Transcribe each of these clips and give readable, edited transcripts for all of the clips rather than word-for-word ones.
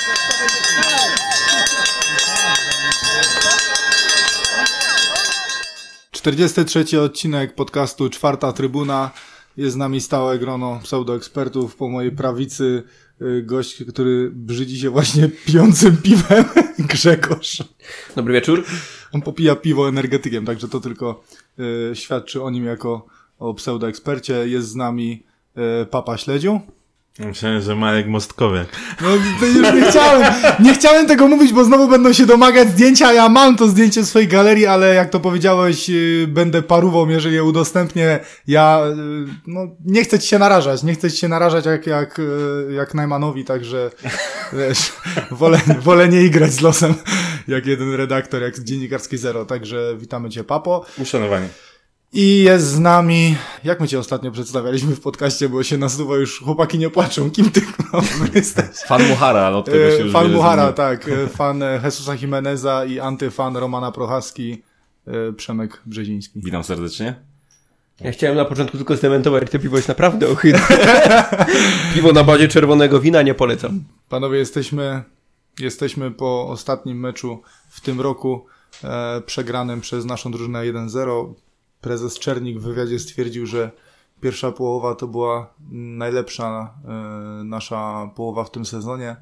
...43 odcinek podcastu Czwarta Trybuna. Jest z nami stałe grono pseudoekspertów. Po mojej prawicy gość, który brzydzi się właśnie pijącym piwem, Grzegorz. Dobry wieczór. On popija piwo energetykiem, także to tylko świadczy o nim jako o pseudoekspercie. Jest z nami Papa Śledziu. Myślałem, że Marek Mostkowiak. No to już nie chciałem tego mówić, bo znowu będą się domagać zdjęcia, ja mam to zdjęcie w swojej galerii, ale jak to powiedziałeś, będę parówą, jeżeli je udostępnię. Ja, no, nie chcę ci się narażać jak Najmanowi, także wiesz, wolę nie igrać z losem, jak jeden redaktor, jak Dziennikarski Zero, także witamy cię, Papo. Uszanowanie. I jest z nami, jak my cię ostatnio przedstawialiśmy w podcaście, bo się nasuwa już, chłopaki nie płaczą, kim ty jesteś? Fan Muchara, ale od tego się już fan Muchara, tak, fan Jesusa Jimeneza i antyfan Romana Prochaski, Przemek Brzeziński. Witam serdecznie. Ja chciałem na początku tylko zdementować, że to piwo jest naprawdę ohydne. Piwo na bazie czerwonego wina nie polecam. Panowie, jesteśmy po ostatnim meczu w tym roku, przegranym przez naszą drużynę 1-0. Prezes Czernik w wywiadzie stwierdził, że pierwsza połowa to była najlepsza nasza połowa w tym sezonie.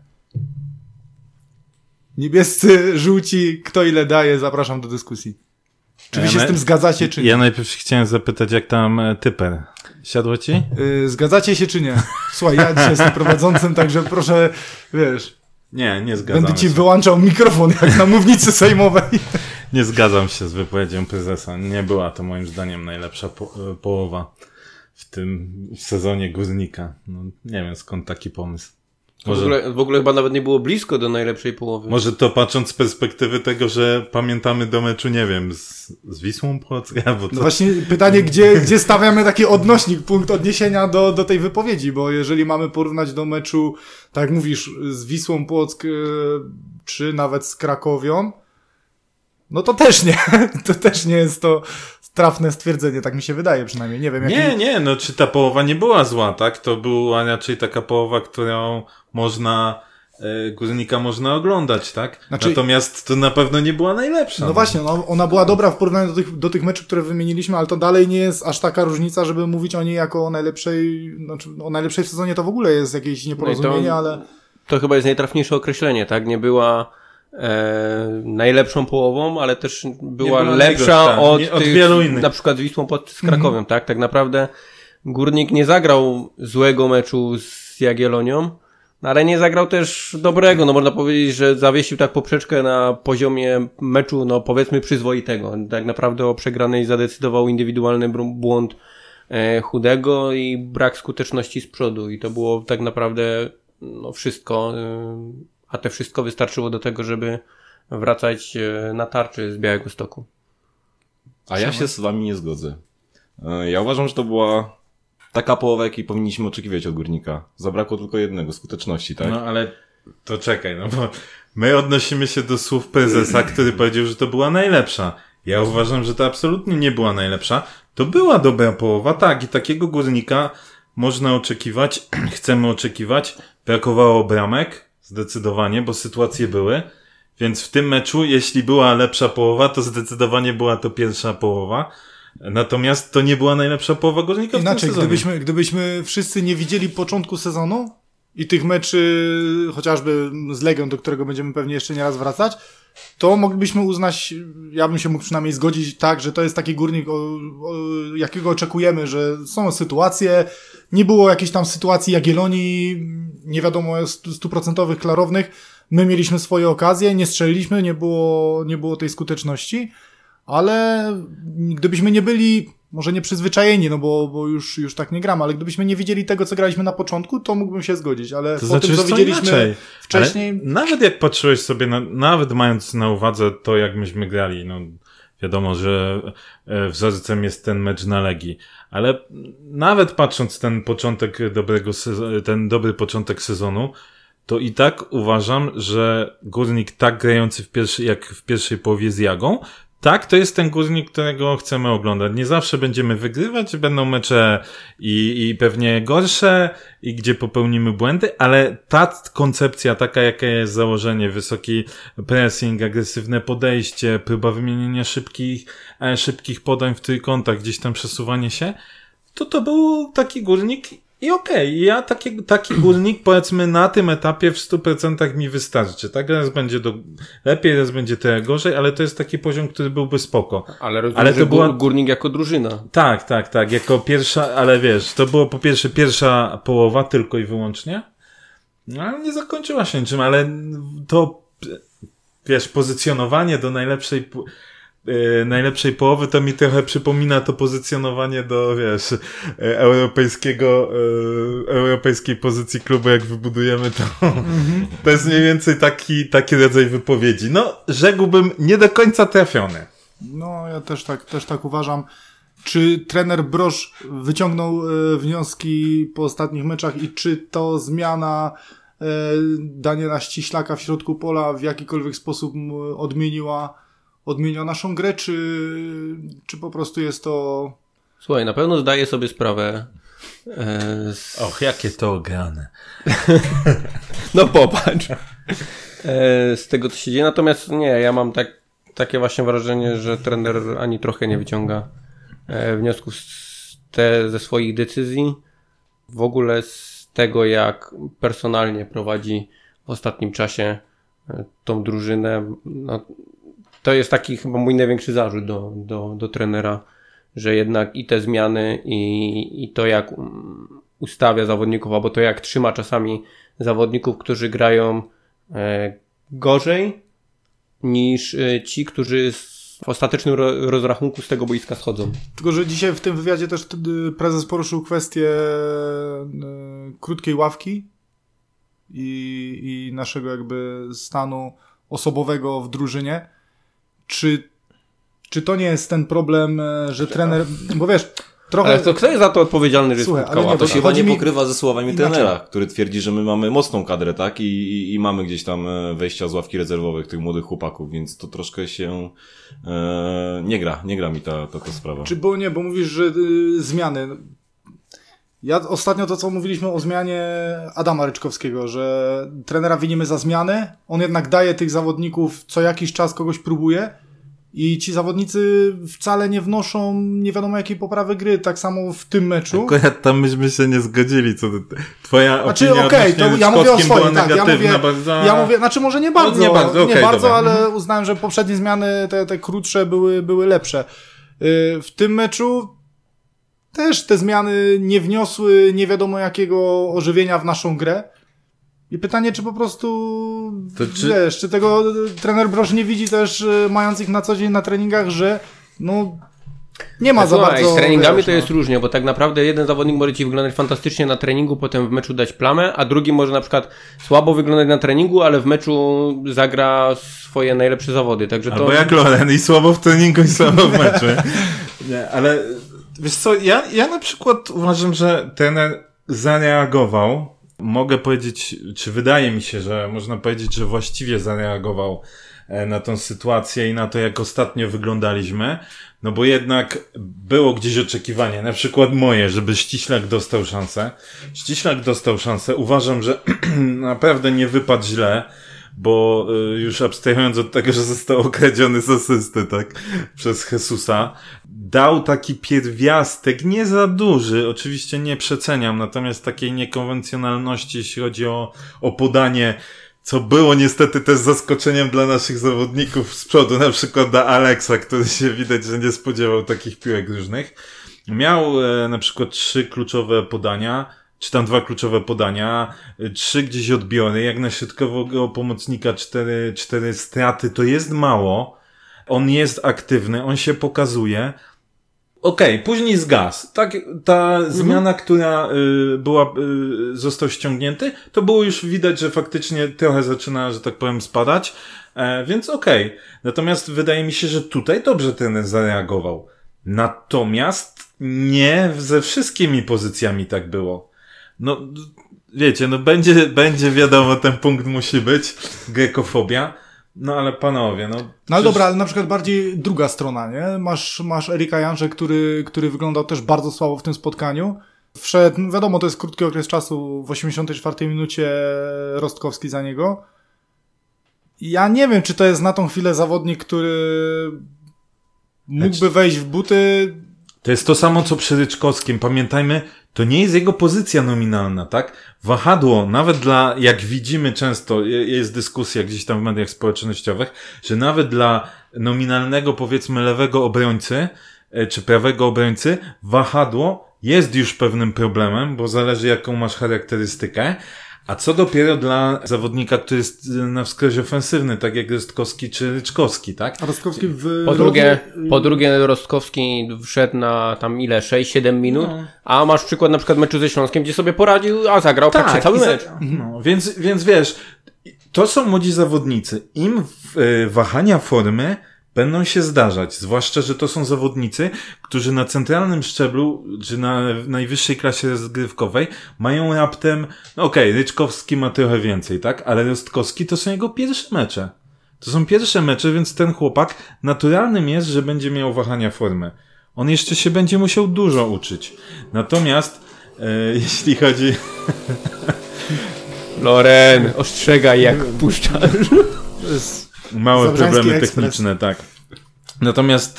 Niebiescy, żółci, kto ile daje, zapraszam do dyskusji. Czy wy się z tym zgadzacie, czy nie? Ja najpierw chciałem zapytać, jak tam typer. Siadło ci? Zgadzacie się, czy nie? Słuchaj, ja dzisiaj jestem prowadzącym, także proszę, wiesz... Nie zgadzam się. Będę ci wyłączał mikrofon, jak na mównicy sejmowej. Nie zgadzam się z wypowiedzią prezesa. Nie była to moim zdaniem najlepsza połowa w tym sezonie Górnika. No, nie wiem, skąd taki pomysł. W ogóle chyba nawet nie było blisko do najlepszej połowy. Może to patrząc z perspektywy tego, że pamiętamy do meczu, nie wiem, z Wisłą Płock, albo co? No właśnie pytanie, gdzie stawiamy taki odnośnik, punkt odniesienia do tej wypowiedzi, bo jeżeli mamy porównać do meczu, tak jak mówisz, z Wisłą Płock, czy nawet z Krakowią, no to też nie jest to trafne stwierdzenie, tak mi się wydaje przynajmniej, nie wiem. Nie, no czy ta połowa nie była zła, tak? To była raczej taka połowa, którą Górnika można oglądać, tak? Znaczy, natomiast to na pewno nie była najlepsza. No właśnie, ona była dobra w porównaniu do tych meczów, które wymieniliśmy, ale to dalej nie jest aż taka różnica, żeby mówić o niej jako o najlepszej, znaczy o najlepszej w sezonie to w ogóle jest jakieś nieporozumienie, ale... To chyba jest najtrafniejsze określenie, tak? Nie była najlepszą połową, ale też była lepsza od wielu innych. Na przykład z Wisłą z Krakowem, tak? Tak naprawdę Górnik nie zagrał złego meczu z Jagiellonią, ale nie zagrał też dobrego. No można powiedzieć, że zawiesił tak poprzeczkę na poziomie meczu, no powiedzmy przyzwoitego. Tak naprawdę o przegranej zadecydował indywidualny błąd Chudego i brak skuteczności z przodu. I to było tak naprawdę no wszystko. A to wszystko wystarczyło do tego, żeby wracać na tarczy z Białegostoku. A ja się z wami nie zgodzę. Ja uważam, że to była taka połowa, jakiej powinniśmy oczekiwać od Górnika. Zabrakło tylko jednego, skuteczności, tak? No ale to czekaj, no bo my odnosimy się do słów prezesa, który powiedział, że to była najlepsza. Ja uważam, że to absolutnie nie była najlepsza. To była dobra połowa, tak, i takiego Górnika można oczekiwać, chcemy oczekiwać. Brakowało bramek, zdecydowanie, bo sytuacje były. Więc w tym meczu, jeśli była lepsza połowa, to zdecydowanie była to pierwsza połowa. Natomiast to nie była najlepsza połowa Górnika w tym sezonie. Gdybyśmy wszyscy nie widzieli początku sezonu i tych meczy, chociażby z Legią, do którego będziemy pewnie jeszcze nie raz wracać, to moglibyśmy uznać, ja bym się mógł przynajmniej zgodzić tak, że to jest taki Górnik, jakiego oczekujemy, że są sytuacje, nie było jakiejś tam sytuacji Jagiellonii, nie wiadomo 100% klarownych, my mieliśmy swoje okazje, nie strzeliliśmy, nie było tej skuteczności, ale gdybyśmy nie byli, może nie przyzwyczajeni, no bo już tak nie gramy, ale gdybyśmy nie widzieli tego, co graliśmy na początku, to mógłbym się zgodzić, ale to po tym, co widzieliśmy wcześniej... Ale nawet jak patrzyłeś sobie, nawet mając na uwadze to, jak myśmy grali, no wiadomo, że wzorcem jest ten mecz na Legii, ale nawet patrząc ten dobry początek sezonu, to i tak uważam, że Górnik tak grający jak w pierwszej połowie z Jagą, tak, to jest ten Górnik, którego chcemy oglądać. Nie zawsze będziemy wygrywać, będą mecze i pewnie gorsze, i gdzie popełnimy błędy, ale ta koncepcja, taka jaka jest założenie, wysoki pressing, agresywne podejście, próba wymienienia szybkich podań w trójkątach, gdzieś tam przesuwanie się, to był taki Górnik i okej, ja taki Górnik, powiedzmy, na tym etapie w 100% mi wystarczy, tak? Raz będzie lepiej, raz będzie trochę gorzej, ale to jest taki poziom, który byłby spoko. Ale rozumiem, że była Górnik jako drużyna. Tak, jako pierwsza, ale wiesz, to było po pierwsze pierwsza połowa tylko i wyłącznie, no ale nie zakończyła się niczym, ale to, wiesz, pozycjonowanie do najlepszej połowy to mi trochę przypomina to pozycjonowanie do, wiesz, europejskiej pozycji klubu, jak wybudujemy to. To jest mniej więcej taki rodzaj wypowiedzi. No, rzekłbym, nie do końca trafiony. No, ja też tak uważam. Czy trener Broż wyciągnął wnioski po ostatnich meczach i czy to zmiana Daniela Ściślaka w środku pola w jakikolwiek sposób odmieniła naszą grę, czy po prostu jest to... Słuchaj, na pewno zdaję sobie sprawę Och, jakie to ograne. No popatrz. Z tego, co się dzieje. Natomiast nie, ja mam takie właśnie wrażenie, że trener ani trochę nie wyciąga wniosków ze swoich decyzji. W ogóle z tego, jak personalnie prowadzi w ostatnim czasie tą drużynę. No, to jest taki chyba mój największy zarzut do trenera, że jednak i te zmiany i to jak ustawia zawodników, albo to jak trzyma czasami zawodników, którzy grają gorzej niż ci, którzy w ostatecznym rozrachunku z tego boiska schodzą. Tylko, że dzisiaj w tym wywiadzie też prezes poruszył kwestię krótkiej ławki i naszego jakby stanu osobowego w drużynie. Czy to nie jest ten problem, że trener... Bo wiesz, trochę... Ale to kto jest za to odpowiedzialny, że jest krótka ławka? To się chyba nie pokrywa ze słowami trenera, który twierdzi, że my mamy mocną kadrę, tak? I mamy gdzieś tam wejścia z ławki rezerwowych tych młodych chłopaków, więc to troszkę się nie gra mi ta sprawa. Bo mówisz, że zmiany... Ja ostatnio to, co mówiliśmy o zmianie Adama Ryczkowskiego, że trenera winimy za zmiany, on jednak daje tych zawodników, co jakiś czas kogoś próbuje i ci zawodnicy wcale nie wnoszą nie wiadomo jakiej poprawy gry, tak samo w tym meczu. Akurat tam myśmy się nie zgodzili, co twoja opinia to ja mówię o swoim, tak, ja mówię, znaczy może nie bardzo, nie bardzo, ale uznałem, że poprzednie zmiany, te krótsze były lepsze. W tym meczu też te zmiany nie wniosły nie wiadomo jakiego ożywienia w naszą grę. I pytanie, czy po prostu, wiesz, czy tego trener Broż nie widzi też, mając ich na co dzień na treningach, że no nie ma za bardzo... Z treningami to jest różnie, bo tak naprawdę jeden zawodnik może ci wyglądać fantastycznie na treningu, potem w meczu dać plamę, a drugi może na przykład słabo wyglądać na treningu, ale w meczu zagra swoje najlepsze zawody. Także to... Albo jak Loren, i słabo w treningu, i słabo w meczu. Nie, ale wiesz co, ja na przykład uważam, że trener zareagował. Mogę powiedzieć, czy wydaje mi się, że można powiedzieć, że właściwie zareagował na tą sytuację i na to, jak ostatnio wyglądaliśmy, no bo jednak było gdzieś oczekiwanie, na przykład moje, żeby Ściślak dostał szansę. Ściślak dostał szansę. Uważam, że naprawdę nie wypadł źle, bo już abstrahując od tego, że został okradziony z asysty, tak, przez Jesusa, dał taki pierwiastek, nie za duży, oczywiście nie przeceniam, natomiast takiej niekonwencjonalności, jeśli chodzi o podanie, co było niestety też zaskoczeniem dla naszych zawodników z przodu, na przykład dla Aleksa, który się widać, że nie spodziewał takich piłek różnych. Miał na przykład 3 kluczowe podania, czy tam 2 kluczowe podania, 3 gdzieś odbiory, jak na środkowego pomocnika 4 straty, to jest mało. On jest aktywny, on się pokazuje. Okej, później zgasł. Tak, ta zmiana, która został ściągnięty, to było już widać, że faktycznie trochę zaczyna, że tak powiem, spadać, więc okej. Natomiast wydaje mi się, że tutaj dobrze trener zareagował. Natomiast nie ze wszystkimi pozycjami tak było. No, wiecie, no będzie wiadomo, ten punkt musi być, grekofobia. No ale panowie, No ale dobra, ale na przykład bardziej druga strona, nie? Masz Erika Janże, który wyglądał też bardzo słabo w tym spotkaniu. Wszedł, no wiadomo, to jest krótki okres czasu, w 84 minucie Rostkowski za niego. Ja nie wiem, czy to jest na tą chwilę zawodnik, który mógłby wejść w buty. To jest to samo, co przy Ryczkowskim. Pamiętajmy, to nie jest jego pozycja nominalna, tak? Wahadło, nawet jak widzimy często, jest dyskusja gdzieś tam w mediach społecznościowych, że nawet dla nominalnego, powiedzmy, lewego obrońcy, czy prawego obrońcy, wahadło jest już pewnym problemem, bo zależy jaką masz charakterystykę. A co dopiero dla zawodnika, który jest na wskroś ofensywny, tak jak Rostkowski czy Ryczkowski, tak? A Rostkowski Po drugie Rostkowski wszedł na tam 6-7 minut, a masz przykład na przykład meczu ze Śląskiem, gdzie sobie poradził, a zagrał tak cały mecz. No, więc wiesz, to są młodzi zawodnicy. Im wahania formy będą się zdarzać, zwłaszcza, że to są zawodnicy, którzy na centralnym szczeblu, czy na najwyższej klasie rozgrywkowej mają raptem, Ryczkowski ma trochę więcej, tak? Ale Rostkowski to są jego pierwsze mecze. To są pierwsze mecze, więc ten chłopak naturalnym jest, że będzie miał wahania formy. On jeszcze się będzie musiał dużo uczyć. Natomiast, jeśli chodzi... Loren, ostrzegaj jak puszczasz. Małe problemy techniczne, tak. Natomiast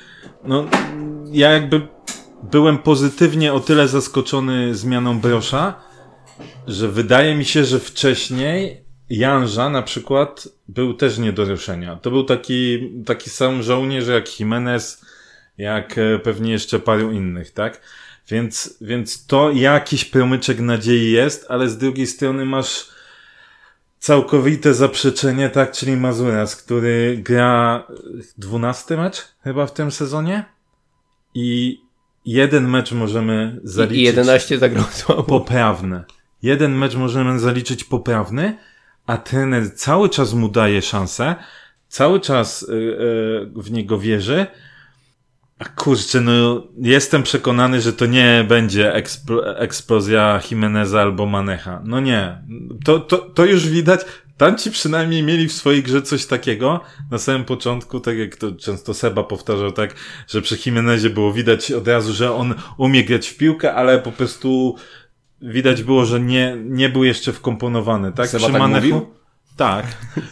ja jakby byłem pozytywnie o tyle zaskoczony zmianą Brosza, że wydaje mi się, że wcześniej Janża na przykład był też nie do ruszenia. To był taki sam żołnierz jak Jimenez, jak pewnie jeszcze paru innych, tak? Więc to jakiś promyczek nadziei jest, ale z drugiej strony masz całkowite zaprzeczenie, tak, czyli Mazuras, który gra 12 mecz chyba w tym sezonie i jeden mecz możemy zaliczyć. I 11 zagrał słabo. Poprawny. Jeden mecz możemy zaliczyć poprawny, a trener cały czas mu daje szansę, cały czas w niego wierzy. A kurczę, jestem przekonany, że to nie będzie eksplozja Jimeneza albo Manecha. No nie. To już widać. Tamci przynajmniej mieli w swojej grze coś takiego na samym początku, tak jak to często Seba powtarzał, tak, że przy Jimenezie było widać od razu, że on umie grać w piłkę, ale po prostu widać było, że nie był jeszcze wkomponowany, tak? Seba tak mówił? Tak.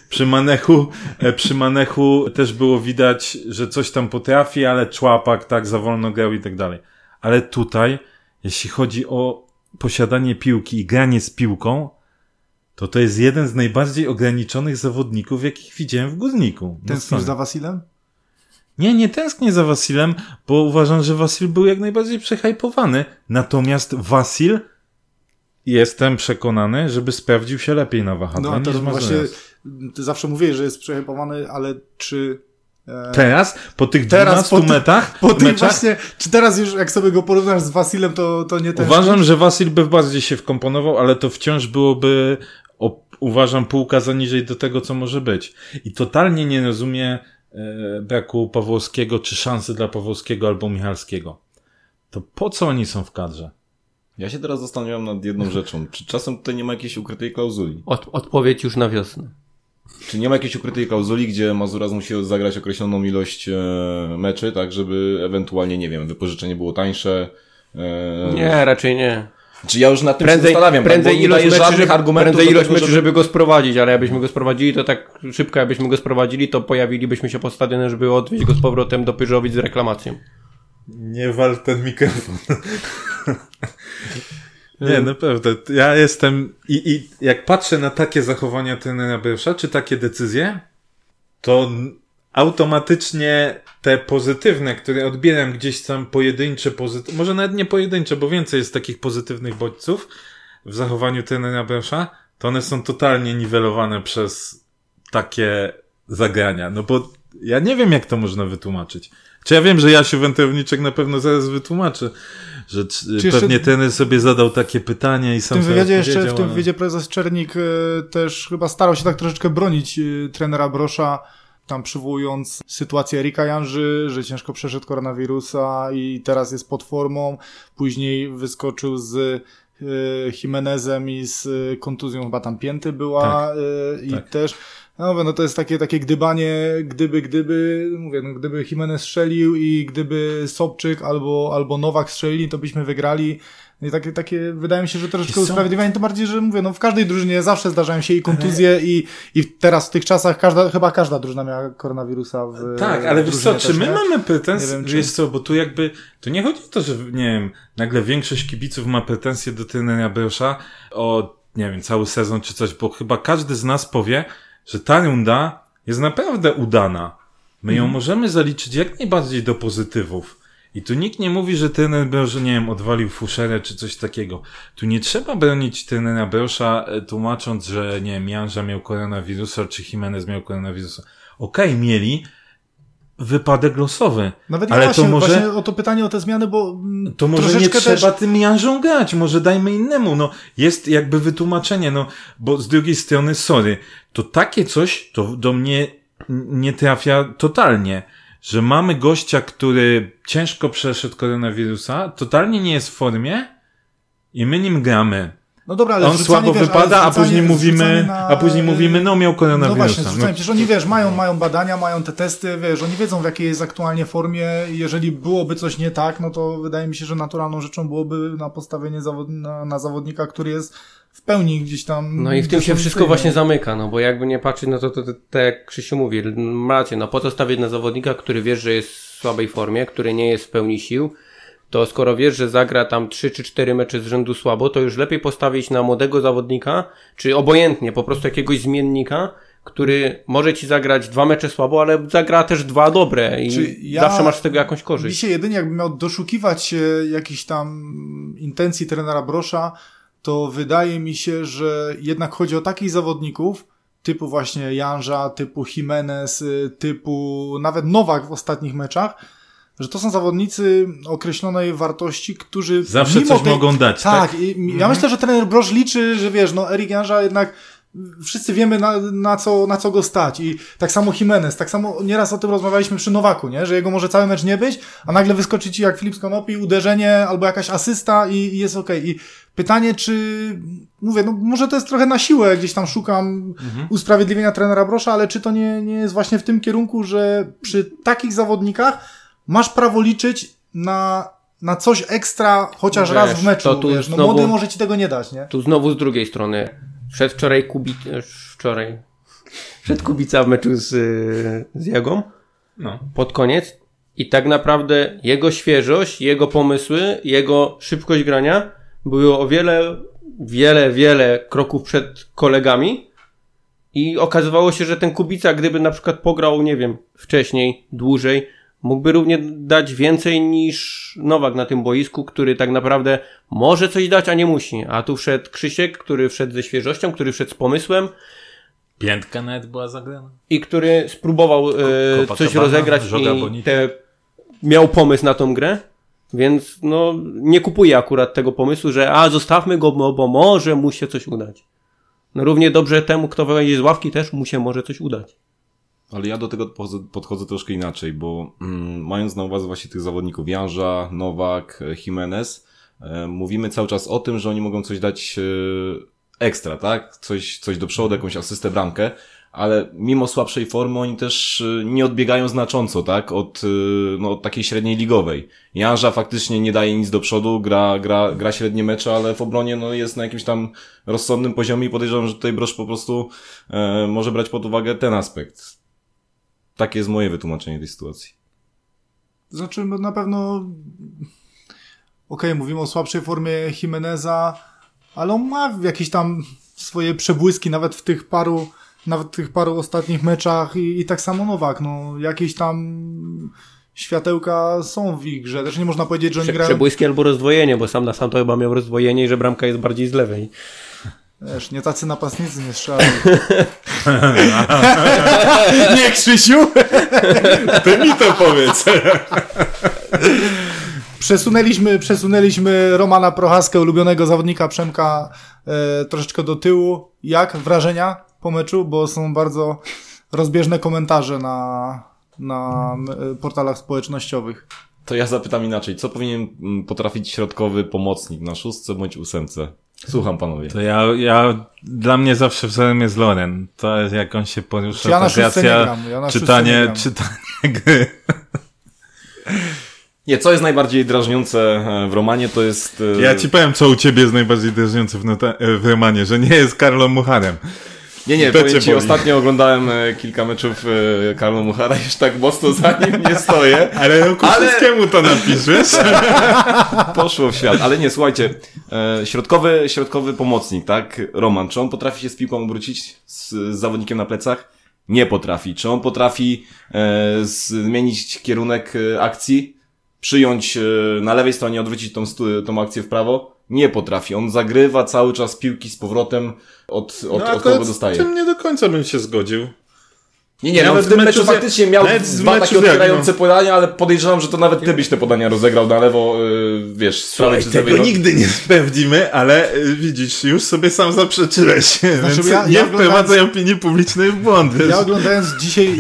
Przy Manechu też było widać, że coś tam potrafi, ale człapak, tak, za wolno grał i tak dalej. Ale tutaj, jeśli chodzi o posiadanie piłki i granie z piłką, to jest jeden z najbardziej ograniczonych zawodników, jakich widziałem w Górniku. Tęsknisz za Wasilem? Nie tęsknię za Wasilem, bo uważam, że Wasil był jak najbardziej przehypowany. Natomiast Wasil, jestem przekonany, żeby sprawdził się lepiej na wahadle. No, to właśnie ty zawsze mówiłeś, że jest przehypowany, ale czy... Teraz? Po tych 12 meczach? Właśnie, czy teraz już jak sobie go porównasz z Wasilem, to nie ten... Uważam, że Wasil by bardziej się wkomponował, ale to wciąż byłoby, uważam, półka zaniżej do tego, co może być. I totalnie nie rozumiem braku Pawłowskiego, czy szansy dla Pawłowskiego albo Michalskiego. To po co oni są w kadrze? Ja się teraz zastanawiam nad jedną rzeczą. Czy czasem tutaj nie ma jakiejś ukrytej klauzuli? Odpowiedź już na wiosnę. Czy nie ma jakiejś ukrytej klauzuli, gdzie Mazuras musi zagrać określoną ilość meczy, tak, żeby ewentualnie, nie wiem, wypożyczenie było tańsze? Nie, raczej nie. Czy ja już nad tym się zastanawiam, prędzej tak, bo nie daję żadnych argumentów. Prędzej ilość meczy, żeby go sprowadzić, ale jakbyśmy go sprowadzili, to tak szybko jakbyśmy go sprowadzili, to pojawilibyśmy się po stadionie, żeby odwieźć go z powrotem do Pyrzowic z reklamacją. Nie wal ten mikrofon. Nie, naprawdę. Ja jestem... I jak patrzę na takie zachowania trenera Brosza, czy takie decyzje, to automatycznie te pozytywne, które odbieram gdzieś tam pojedyncze, może nawet nie pojedyncze, bo więcej jest takich pozytywnych bodźców w zachowaniu trenera Brosza, to one są totalnie niwelowane przez takie zagrania. No bo ja nie wiem, jak to można wytłumaczyć. Czy ja wiem, że Jasiu Wędrowniczek na pewno zaraz wytłumaczy, że pewnie trener sobie zadał takie pytania i sam w tym wywiadzie prezes Czernik też chyba starał się tak troszeczkę bronić trenera Brosza, tam przywołując sytuację Erika Janży, że ciężko przeszedł koronawirusa i teraz jest pod formą. Później wyskoczył z Jimenezem i z kontuzją chyba tam pięty była, tak, i tak. Też No to jest takie gdybanie, mówię, no gdyby Jimenez strzelił i gdyby Sobczyk albo Nowak strzelili, to byśmy wygrali. I takie wydaje mi się, że troszeczkę usprawiedliwianie, to bardziej, że mówię, no w każdej drużynie zawsze zdarzają się i kontuzje i teraz w tych czasach chyba każda drużyna miała koronawirusa tak, ale wiesz co, czy my mamy pretensje, wiem, bo tu to nie chodzi o to, że nie wiem, nagle większość kibiców ma pretensje do trenera Brosza o, nie wiem, cały sezon czy coś, bo chyba każdy z nas powie, że ta runda jest naprawdę udana. My ją możemy zaliczyć jak najbardziej do pozytywów. I tu nikt nie mówi, że trener Brosz, nie wiem, odwalił fuszerę czy coś takiego. Tu nie trzeba bronić trenera Brosza, tłumacząc, że nie wiem, Janża miał koronawirusa, czy Jimenez miał koronawirusa. Okej, mieli wypadek losowy. Nawet ale właśnie, to może właśnie o to pytanie o te zmiany, bo to może nie trzeba tym Janżą grać, może dajmy innemu, no jest jakby wytłumaczenie, no bo z drugiej strony, sorry, to takie coś to do mnie nie trafia totalnie, że mamy gościa, który ciężko przeszedł koronawirusa, totalnie nie jest w formie i my nim gramy. No dobra, ale on słabo wypada, a później mówimy, no miał koronawirusa. No właśnie, przecież oni, wiesz, mają badania, mają te testy, wiesz, oni wiedzą, w jakiej jest aktualnie formie i jeżeli byłoby coś nie tak, no to wydaje mi się, że naturalną rzeczą byłoby na postawienie na zawodnika, który jest w pełni gdzieś tam... No i w tym się wszystko właśnie zamyka, no bo jakby nie patrzeć, no to jak Krzysiu mówi, macie, no po co stawiać na zawodnika, który wiesz, że jest w słabej formie, który nie jest w pełni sił, to skoro wiesz, że zagra tam 3 czy 4 mecze z rzędu słabo, to już lepiej postawić na młodego zawodnika, czy obojętnie, po prostu jakiegoś zmiennika, który może ci zagrać 2 mecze słabo, ale zagra też 2 dobre i zawsze masz z tego jakąś korzyść. Dzisiaj jedynie jakbym miał doszukiwać się jakichś tam intencji trenera Brosza, to wydaje mi się, że jednak chodzi o takich zawodników, typu właśnie Janża, typu Jimenez, typu nawet Nowak w ostatnich meczach, że to są zawodnicy określonej wartości, którzy zawsze coś mogą dać. Tak, ja myślę, że trener Brosz liczy, że wiesz, no Erik Janża jednak wszyscy wiemy na co go stać i tak samo Jimenez, tak samo nieraz o tym rozmawialiśmy przy Nowaku, nie? Że jego może cały mecz nie być, a nagle wyskoczy ci jak Filip Skonopi, uderzenie albo jakaś asysta i jest okej. I pytanie, czy mówię, no może to jest trochę na siłę, gdzieś tam szukam usprawiedliwienia trenera Brosza, ale czy to nie jest właśnie w tym kierunku, że przy takich zawodnikach masz prawo liczyć na coś ekstra chociaż raz w meczu, to wiesz, no młody może ci tego nie dać, nie? Tu znowu z drugiej strony. Wszedł Kubica w meczu z Jagą pod koniec i tak naprawdę jego świeżość, jego pomysły, jego szybkość grania były o wiele kroków przed kolegami i okazywało się, że ten Kubica, gdyby na przykład pograł, nie wiem, wcześniej, dłużej, mógłby równie dać więcej niż Nowak na tym boisku, który tak naprawdę może coś dać, a nie musi. A tu wszedł Krzysiek, który wszedł ze świeżością, który wszedł z pomysłem. Piętka nawet była zagrana. I który spróbował coś rozegrać i miał pomysł na tą grę. Więc no nie kupuję akurat tego pomysłu, że zostawmy go, bo może mu się coś udać. No równie dobrze temu, kto wejdzie z ławki, też mu się może coś udać. Ale ja do tego podchodzę troszkę inaczej, bo mając na uwadze właśnie tych zawodników Janża, Nowak, Jimenez, mówimy cały czas o tym, że oni mogą coś dać ekstra, tak? Coś do przodu, jakąś asystę, bramkę, ale mimo słabszej formy oni też nie odbiegają znacząco, tak? Od takiej średniej ligowej. Janża faktycznie nie daje nic do przodu, gra średnie mecze, ale w obronie jest na jakimś tam rozsądnym poziomie i podejrzewam, że tutaj Brosz po prostu może brać pod uwagę ten aspekt. Takie jest moje wytłumaczenie tej sytuacji. Znaczy, na pewno mówimy o słabszej formie Jimeneza, ale on ma jakieś tam swoje przebłyski nawet w tych paru ostatnich meczach i tak samo Nowak, jakieś tam światełka są w ich grze. Też nie można powiedzieć, że oni grają... Przebłyski albo rozdwojenie, bo sam na sam to chyba miał rozdwojenie i że bramka jest bardziej z lewej. Wiesz, nie tacy napastnicy nie strzelają. Nie, Krzysiu! Ty mi to powiedz. Przesunęliśmy Romana Prochaskę, ulubionego zawodnika Przemka, troszeczkę do tyłu. Jak wrażenia po meczu? Bo są bardzo rozbieżne komentarze na portalach społecznościowych. To ja zapytam inaczej. Co powinien potrafić środkowy pomocnik na 6 bądź 8? Słucham, panowie. To dla mnie zawsze wzorem jest Loren. To jest, jak on się porusza, Ja na ta kreacja, czytanie gry. Nie, co jest najbardziej drażniące w romanie, to jest... Ja ci powiem, co u ciebie jest najbardziej drażniące w romanie, że nie jest Carlo Mucharem. Nie, powiem ci, ostatnio oglądałem kilka meczów Carlo Muchara, już tak mocno za nim nie stoję. Ale Kuszewskiemu to napiszesz. Poszło w świat, ale nie, słuchajcie, środkowy pomocnik, tak, Roman, czy on potrafi się z piłką obrócić z zawodnikiem na plecach? Nie potrafi. Czy on potrafi zmienić kierunek akcji? Przyjąć na lewej stronie, odwrócić tą akcję w prawo? Nie potrafi. On zagrywa cały czas piłki z powrotem od kogo dostaje. Z tym nie do końca bym się zgodził. Nie, no w tym meczu faktycznie miał dwa takie otwierające podania, ale podejrzewam, że to nawet ty byś te podania rozegrał na lewo, wiesz, z prawej czy z lewej. Tego nigdy nie sprawdzimy, ale widzisz, już sobie sam zaprzeczyłeś, znaczy, więc nie wprowadzaj opinii publicznej w błąd. Wiesz? Ja oglądając dzisiaj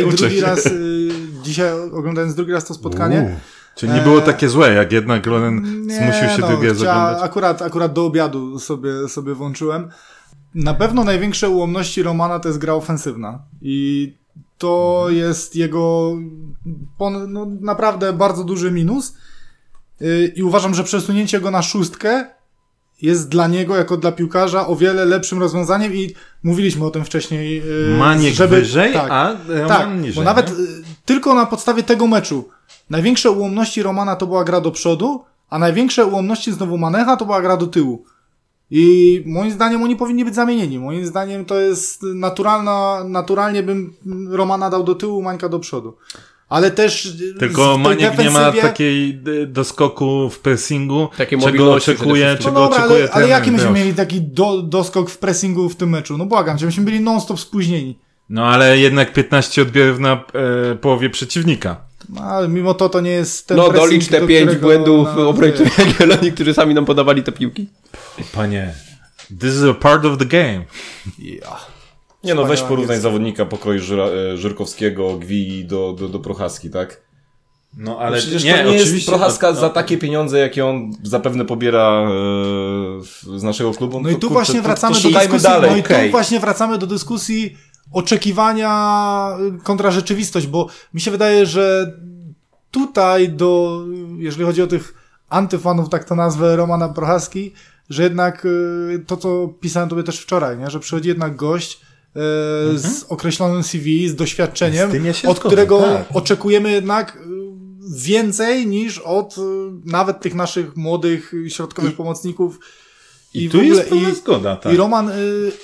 oglądając drugi raz to spotkanie. Czyli nie było takie złe, jak jednak Loren zmusił się drugi raz oglądać. Akurat do obiadu sobie włączyłem. Na pewno największe ułomności Romana to jest gra ofensywna. I to jest jego naprawdę bardzo duży minus. I uważam, że przesunięcie go na 6 jest dla niego, jako dla piłkarza, o wiele lepszym rozwiązaniem i mówiliśmy o tym wcześniej. Maniek wyżej, a Roman niżej. Bo nawet tylko na podstawie tego meczu największe ułomności Romana to była gra do przodu, a największe ułomności znowu Manecha to była gra do tyłu. I moim zdaniem oni powinni być zamienieni. Moim zdaniem to jest naturalnie bym Romana dał do tyłu, Mańka do przodu. Ale też tylko Maniek nie ma takiej doskoku w pressingu, czego oczekuje ale jaki myśmy mieli taki doskok w pressingu w tym meczu? No błagam cię, myśmy byli non-stop spóźnieni. No ale jednak 15 odbiorów na połowie przeciwnika. No, ale mimo to nie jest ten pressing, dolicz te 5 błędów obrońców Jagiellonii, którzy sami nam podawali te piłki. Panie, this is a part of the game. Yeah. Nie no, weź porównaj zawodnika pokroju Żurkowskiego, Gwii do Prochaski, tak? No ale przecież to nie jest Prochaska za takie pieniądze, jakie on zapewne pobiera z naszego klubu. No i tu właśnie wracamy do dyskusji. Tu właśnie wracamy do dyskusji oczekiwania kontra rzeczywistość, bo mi się wydaje, że tutaj jeżeli chodzi o tych antyfanów, tak to nazwę, Romana Prochaski, że jednak to, co pisałem tobie też wczoraj, nie? Że przychodzi jednak gość z określonym CV, z doświadczeniem, od którego oczekujemy jednak więcej niż od nawet tych naszych młodych, środkowych pomocników. I tu jest pełna zgoda, tak. I Roman,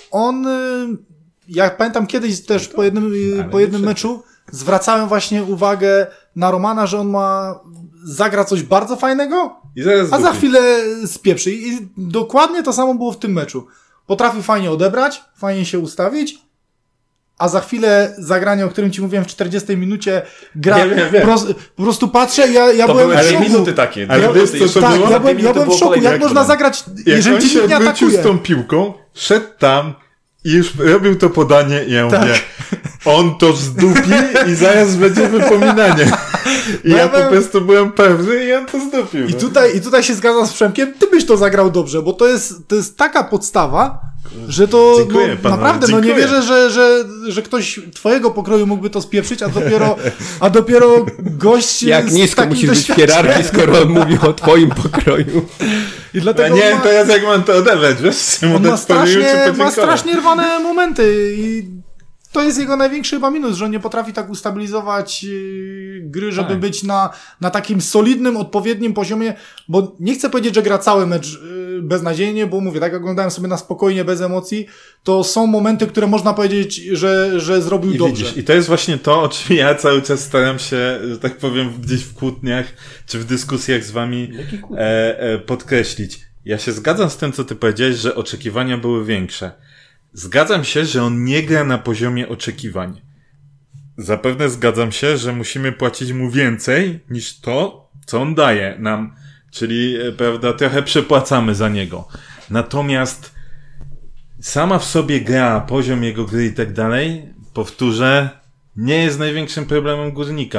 ja pamiętam kiedyś też po jednym meczu zwracałem właśnie uwagę na Romana, że on zagra coś bardzo fajnego, a za chwilę spieprzy. I dokładnie to samo było w tym meczu. Potrafi fajnie odebrać, fajnie się ustawić, a za chwilę zagranie, o którym ci mówiłem w 40 minucie, gra, po prostu patrzę, ja byłem w szoku. Minuty takie. Ale wiesz co to było? Ja byłem w szoku, jak można zagrać, jeżeli ci nikt nie atakuje. Z tą piłką, szedł tam i już robił to podanie i ja mówię, on to zdupi i zaraz będzie wypominanie. I ja po prostu byłem pewny i on to zdupił. I tutaj się zgadzam z Przemkiem, ty byś to zagrał dobrze, bo to jest taka podstawa, że to naprawdę, nie wierzę, że ktoś twojego pokroju mógłby to spieprzyć, a dopiero gość jak nisko musisz być w hierarchii, skoro on mówi o twoim pokroju. I dlatego nie wiem teraz jak mam to odebrać, wiesz? Ma strasznie rwane momenty i to jest jego największy chyba minus, że on nie potrafi tak ustabilizować gry, żeby być na takim solidnym, odpowiednim poziomie, bo nie chcę powiedzieć, że gra cały mecz beznadziejnie, bo mówię, tak jak oglądałem sobie na spokojnie, bez emocji, to są momenty, które można powiedzieć, że zrobił dobrze. Widzisz, i to jest właśnie to, o czym ja cały czas staram się, że tak powiem, gdzieś w kłótniach, czy w dyskusjach z wami podkreślić. Ja się zgadzam z tym, co ty powiedziałeś, że oczekiwania były większe. Zgadzam się, że on nie gra na poziomie oczekiwań. Zapewne zgadzam się, że musimy płacić mu więcej niż to, co on daje nam. Czyli, prawda, trochę przepłacamy za niego. Natomiast sama w sobie gra, poziom jego gry i tak dalej, powtórzę, nie jest największym problemem Górnika.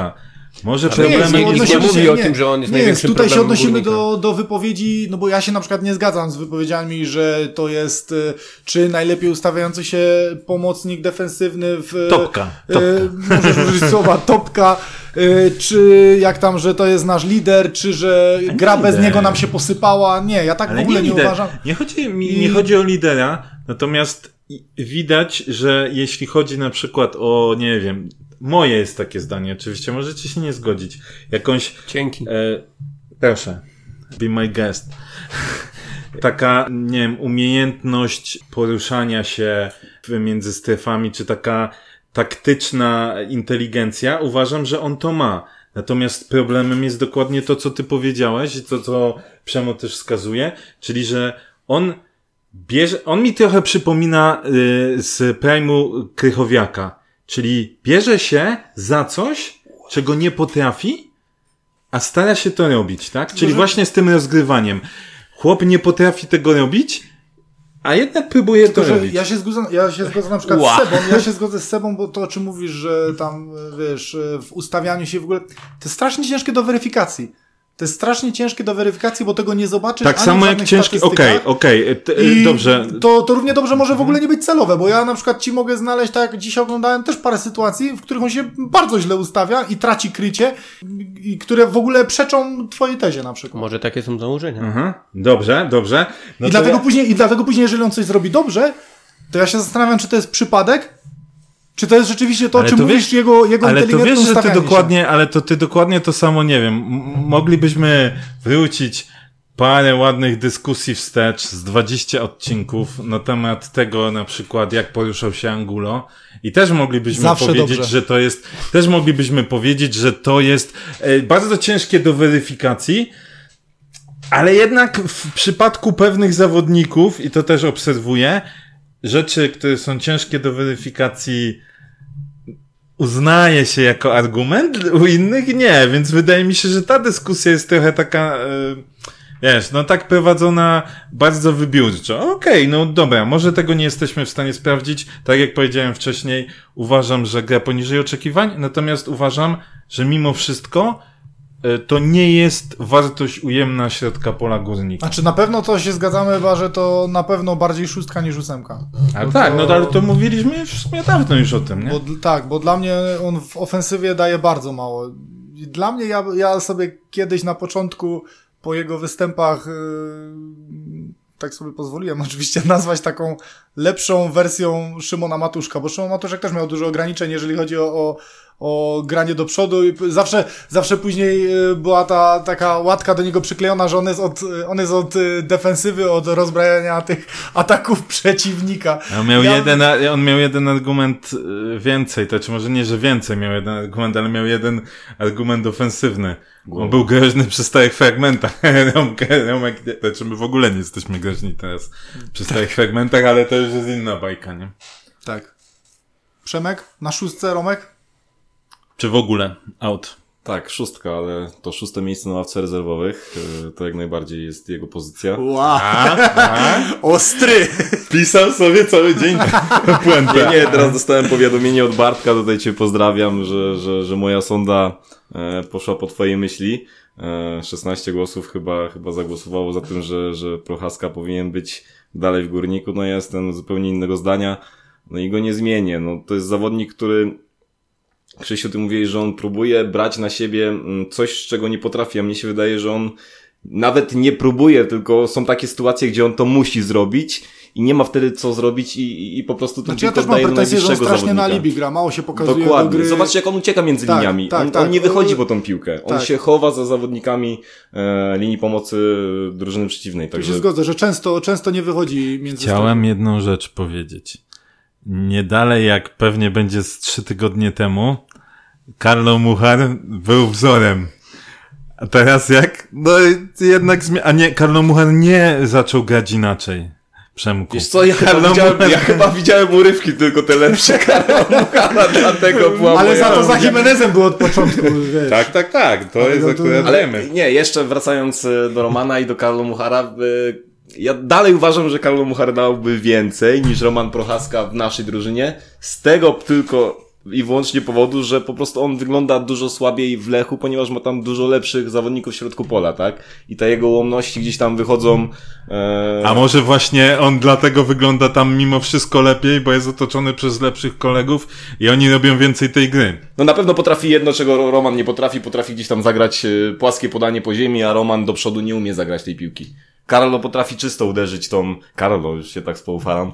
Może problemem nikt nie mówi o tym, że on jest największym tutaj się problemem odnosimy Górnika. do wypowiedzi, no bo ja się na przykład nie zgadzam z wypowiedziami, że to jest czy najlepiej ustawiający się pomocnik defensywny w... Topka. Możesz użyć słowa topka, czy jak tam, że to jest nasz lider, czy że gra bez niego nam się posypała. Nie, ja tak Ale w ogóle nie uważam. Nie chodzi o lidera, natomiast widać, że jeśli chodzi na przykład o, nie wiem, moje jest takie zdanie, oczywiście, możecie się nie zgodzić. Jakąś... Dzięki. Proszę. Be my guest. Taka, nie wiem, umiejętność poruszania się między strefami, czy taka taktyczna inteligencja, uważam, że on to ma. Natomiast problemem jest dokładnie to, co ty powiedziałeś i to, co Przemo też wskazuje, czyli, że on mi trochę przypomina z Prime'u Krychowiaka, czyli bierze się za coś, czego nie potrafi, a stara się to robić, tak? Czyli właśnie z tym rozgrywaniem. Chłop nie potrafi tego robić, a jednak próbuje to robić. Ja się zgodzę na przykład z Sebą. Ja się zgodzę z Sebą, bo to, o czym mówisz, że tam, wiesz, w ustawianiu się w ogóle... To jest strasznie ciężkie do weryfikacji. To jest strasznie ciężkie do weryfikacji, bo tego nie zobaczysz tak ani samo w jak ciężkie... Okej, dobrze. To równie dobrze może w ogóle nie być celowe, bo ja na przykład ci mogę znaleźć, tak jak dzisiaj oglądałem też parę sytuacji, w których on się bardzo źle ustawia i traci krycie, i które w ogóle przeczą twojej tezie na przykład. Może takie są założenia. Aha. Dobrze. No I dlatego później, jeżeli on coś zrobi dobrze, to ja się zastanawiam, czy to jest przypadek, czy to jest rzeczywiście to, o czym mówisz, jego inteligentne ustawianie ale to ty dokładnie to samo, nie wiem, moglibyśmy wrócić parę ładnych dyskusji wstecz z 20 odcinków na temat tego na przykład, jak poruszał się Angulo i też moglibyśmy powiedzieć, że to jest bardzo ciężkie do weryfikacji, ale jednak w przypadku pewnych zawodników, i to też obserwuję, rzeczy, które są ciężkie do weryfikacji, uznaje się jako argument, u innych nie, więc wydaje mi się, że ta dyskusja jest trochę taka, wiesz, no tak prowadzona bardzo wybiórczo. Okej, no dobra, może tego nie jesteśmy w stanie sprawdzić. Tak jak powiedziałem wcześniej, uważam, że gra poniżej oczekiwań, natomiast uważam, że mimo wszystko to nie jest wartość ujemna środka pola Górnika. Znaczy na pewno to się zgadzamy chyba, że to na pewno bardziej 6 niż 8. Ale to mówiliśmy w sumie dawno już o tym, nie? Bo dla mnie on w ofensywie daje bardzo mało. Dla mnie, ja sobie kiedyś na początku po jego występach tak sobie pozwoliłem oczywiście nazwać taką lepszą wersją Szymona Matuszka, bo Szymon Matuszek też miał dużo ograniczeń, jeżeli chodzi o granie do przodu i zawsze później była ta taka łatka do niego przyklejona, że on jest od defensywy, od rozbrajania tych ataków przeciwnika. On miał jeden argument więcej, to czy może nie, że więcej miał jeden argument, ale miał jeden argument ofensywny. On był groźny przy stałych fragmentach. Romek, znaczy my w ogóle nie jesteśmy groźni teraz przy stałych fragmentach, ale to już jest inna bajka, nie? Tak. Przemek? Na 6 Romek? Czy w ogóle out? Tak, 6, ale to 6 miejsce na ławce rezerwowych, to jak najbardziej jest jego pozycja. Wow. Ostry! Pisał sobie cały dzień puentę. Nie, teraz dostałem powiadomienie od Bartka, tutaj cię pozdrawiam, że moja sonda poszła po twojej myśli. 16 głosów chyba zagłosowało za tym, że Prochaska powinien być dalej w Górniku. No ja jestem zupełnie innego zdania, no i go nie zmienię. No to jest zawodnik, który, Krzysiu, ty mówiłeś, że on próbuje brać na siebie coś, z czego nie potrafi, a mnie się wydaje, że on nawet nie próbuje, tylko są takie sytuacje, gdzie on to musi zrobić i nie ma wtedy co zrobić i po prostu ten piłkę oddaje do najbliższego zawodnika. Strasznie na alibi gra, mało się pokazuje Dokładnie. do gry. Zobaczcie, jak on ucieka między liniami. On nie wychodzi po tą piłkę. On się chowa za zawodnikami linii pomocy drużyny przeciwnej. Tak się zgodzę, że często nie wychodzi między... Chciałem jedną rzecz powiedzieć. Nie dalej jak pewnie będzie z 3 tygodnie temu, Karlo Muchar był wzorem. A teraz jak? No jednak Karlo Muchar nie zaczął grać inaczej. Przemku. Wiesz co, ja chyba widziałem urywki tylko te lepsze Karlo Muchara, dlatego była ale za to za Jimenezem było od początku, wiesz. Tak, to jest akurat ale nie, jeszcze wracając do Romana i do Karlo Muchara, ja dalej uważam, że Karlo Muchar dałby więcej niż Roman Prochaska w naszej drużynie, z tego tylko i wyłącznie powodu, że po prostu on wygląda dużo słabiej w Lechu, ponieważ ma tam dużo lepszych zawodników w środku pola, tak? I te jego ułomności gdzieś tam wychodzą... A może właśnie on dlatego wygląda tam mimo wszystko lepiej, bo jest otoczony przez lepszych kolegów i oni robią więcej tej gry. No na pewno potrafi jedno, czego Roman nie potrafi gdzieś tam zagrać płaskie podanie po ziemi, a Roman do przodu nie umie zagrać tej piłki. Carlo potrafi czysto uderzyć tą... Carlo, już się tak spoufalam.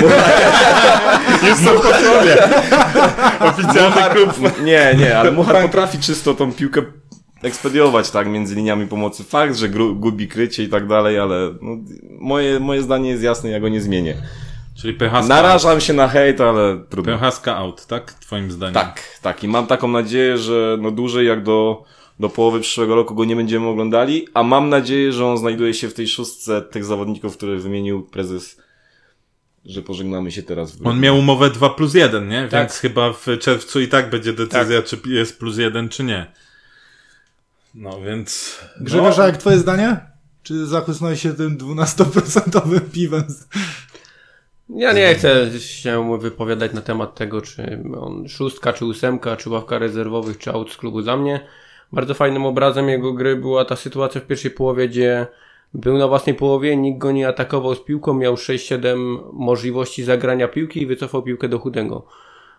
Jest to po sobie. Oficjalny klub. Nie, ale Muchar potrafi czysto tą piłkę ekspediować, tak, między liniami pomocy. Fakt, że gubi krycie i tak dalej, ale no, moje zdanie jest jasne, ja go nie zmienię. Czyli Pechaska. Narażam się na hejt, ale trudno. Pechaska out, tak? Twoim zdaniem? Tak. I mam taką nadzieję, że no dłużej jak do połowy przyszłego roku go nie będziemy oglądali, a mam nadzieję, że on znajduje się w tej szóstce tych zawodników, które wymienił prezes, że pożegnamy się teraz w grudniu. On miał umowę 2+1, nie? Tak. Więc chyba w czerwcu i tak będzie decyzja, czy jest +1, czy nie. No więc... Grzegorz, a jak twoje zdanie? Czy zachłysnąłeś się tym 12% piwem? Ja nie chcę się wypowiadać na temat tego, czy on 6, czy 8, czy ławka rezerwowych, czy out z klubu. Dla mnie bardzo fajnym obrazem jego gry była ta sytuacja w pierwszej połowie, gdzie był na własnej połowie, nikt go nie atakował z piłką, miał 6-7 możliwości zagrania piłki i wycofał piłkę do Chudego.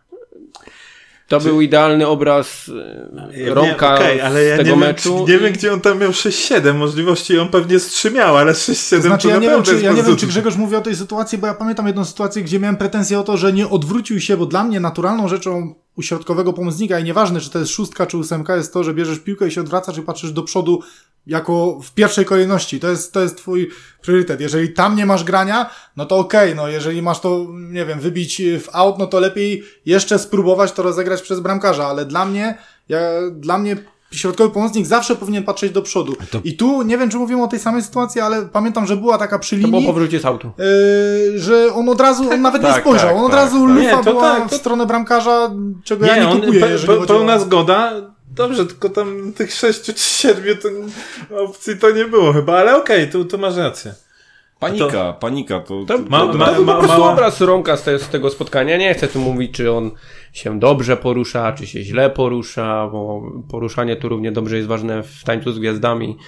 To był idealny obraz Romka z tego meczu. Nie wiem, gdzie on tam miał 6-7 możliwości, on pewnie z 3 miał, ale 6-7 znaczy, to ja nie wiem, czy dużo. Grzegorz mówi o tej sytuacji, bo ja pamiętam jedną sytuację, gdzie miałem pretensję o to, że nie odwrócił się, bo dla mnie naturalną rzeczą u środkowego pomocnika i nieważne, czy to jest 6 czy 8, jest to, że bierzesz piłkę i się odwracasz i patrzysz do przodu jako w pierwszej kolejności. To jest twój priorytet. Jeżeli tam nie masz grania, no to okej, no jeżeli masz to, nie wiem, wybić w out, no to lepiej jeszcze spróbować to rozegrać przez bramkarza, ale dla mnie środkowy pomocnik zawsze powinien patrzeć do przodu. I tu, nie wiem, czy mówimy o tej samej sytuacji, ale pamiętam, że była taka przy linii. To było powrócie z autu. Że on od razu, on nawet nie spojrzał. On od razu lufa była w stronę bramkarza, czego ja nie kupuję, jeżeli chodzi pełna zgoda. Dobrze, tylko tam tych 6 czy 7 opcji to nie było chyba, ale okej, tu masz rację. Panika. To był po prostu obraz Romka z tego spotkania. Nie chcę tu mówić, czy on się dobrze porusza, czy się źle porusza, bo poruszanie tu równie dobrze jest ważne w Tańcu z Gwiazdami.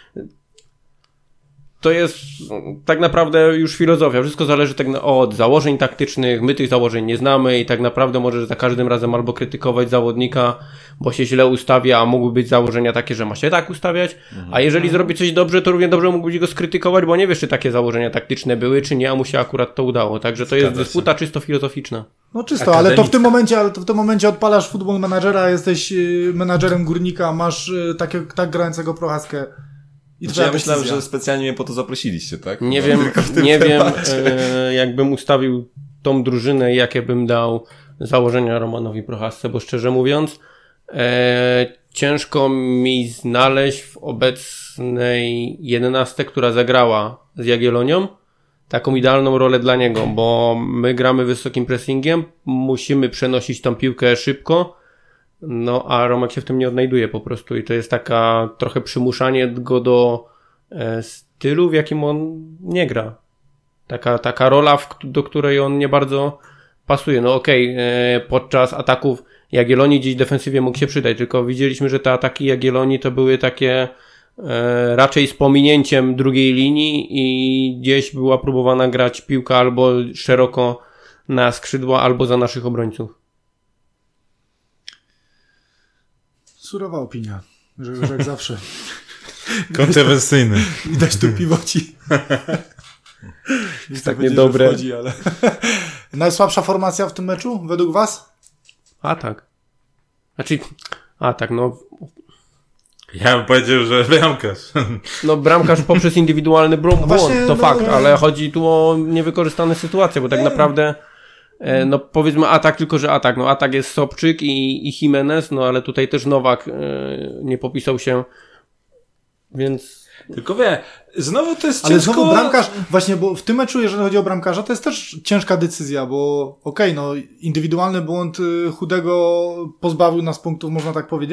To jest tak naprawdę już filozofia. Wszystko zależy od założeń taktycznych. My tych założeń nie znamy i tak naprawdę możesz za każdym razem albo krytykować zawodnika, bo się źle ustawia, a mogły być założenia takie, że ma się tak ustawiać, a jeżeli zrobi coś dobrze, to równie dobrze mógłbyś go skrytykować, bo nie wiesz, czy takie założenia taktyczne były, czy nie, a mu się akurat to udało. Także to jest dysputa czysto filozoficzna. No czysto, ale to w tym momencie odpalasz Football Managera, jesteś menadżerem Górnika, masz tak grającego Prochaskę. Ja myślałem, że specjalnie mnie po to zaprosiliście, tak? Nie wiem, jakbym ustawił tą drużynę, jakie bym dał założenia Romanowi Prochasce, bo szczerze mówiąc, ciężko mi znaleźć w obecnej 11, która zagrała z Jagiellonią, taką idealną rolę dla niego, bo my gramy wysokim pressingiem, musimy przenosić tą piłkę szybko, no a Romek się w tym nie odnajduje po prostu i to jest taka trochę przymuszanie go do stylu, w jakim on nie gra. Taka rola, do której on nie bardzo pasuje. No okej, podczas ataków Jagiellonii gdzieś defensywie mógł się przydać, tylko widzieliśmy, że te ataki Jagiellonii to były takie raczej z pominięciem drugiej linii i gdzieś była próbowana grać piłka albo szeroko na skrzydła, albo za naszych obrońców. Surowa opinia, że jak zawsze. Kontrowersyjny. Widać tu piwoci. Jest tak niedobre. Wchodzi, ale... Najsłabsza formacja w tym meczu według was? Atak. Znaczy, atak, no. Ja bym powiedział, że bramkarz. No bramkarz poprzez indywidualny błąd, właśnie, to fakt, ale chodzi tu o niewykorzystane sytuacje, bo tak naprawdę no powiedzmy atak, tylko że atak. No atak jest Sobczyk i Jimenez, no ale tutaj też Nowak nie popisał się, więc... Tylko znowu to jest ale ciężko... znowu bramkarz, właśnie, bo w tym meczu, jeżeli chodzi o bramkarza, to jest też ciężka decyzja, bo no indywidualny błąd Chudego pozbawił nas punktów, można tak powiedzieć,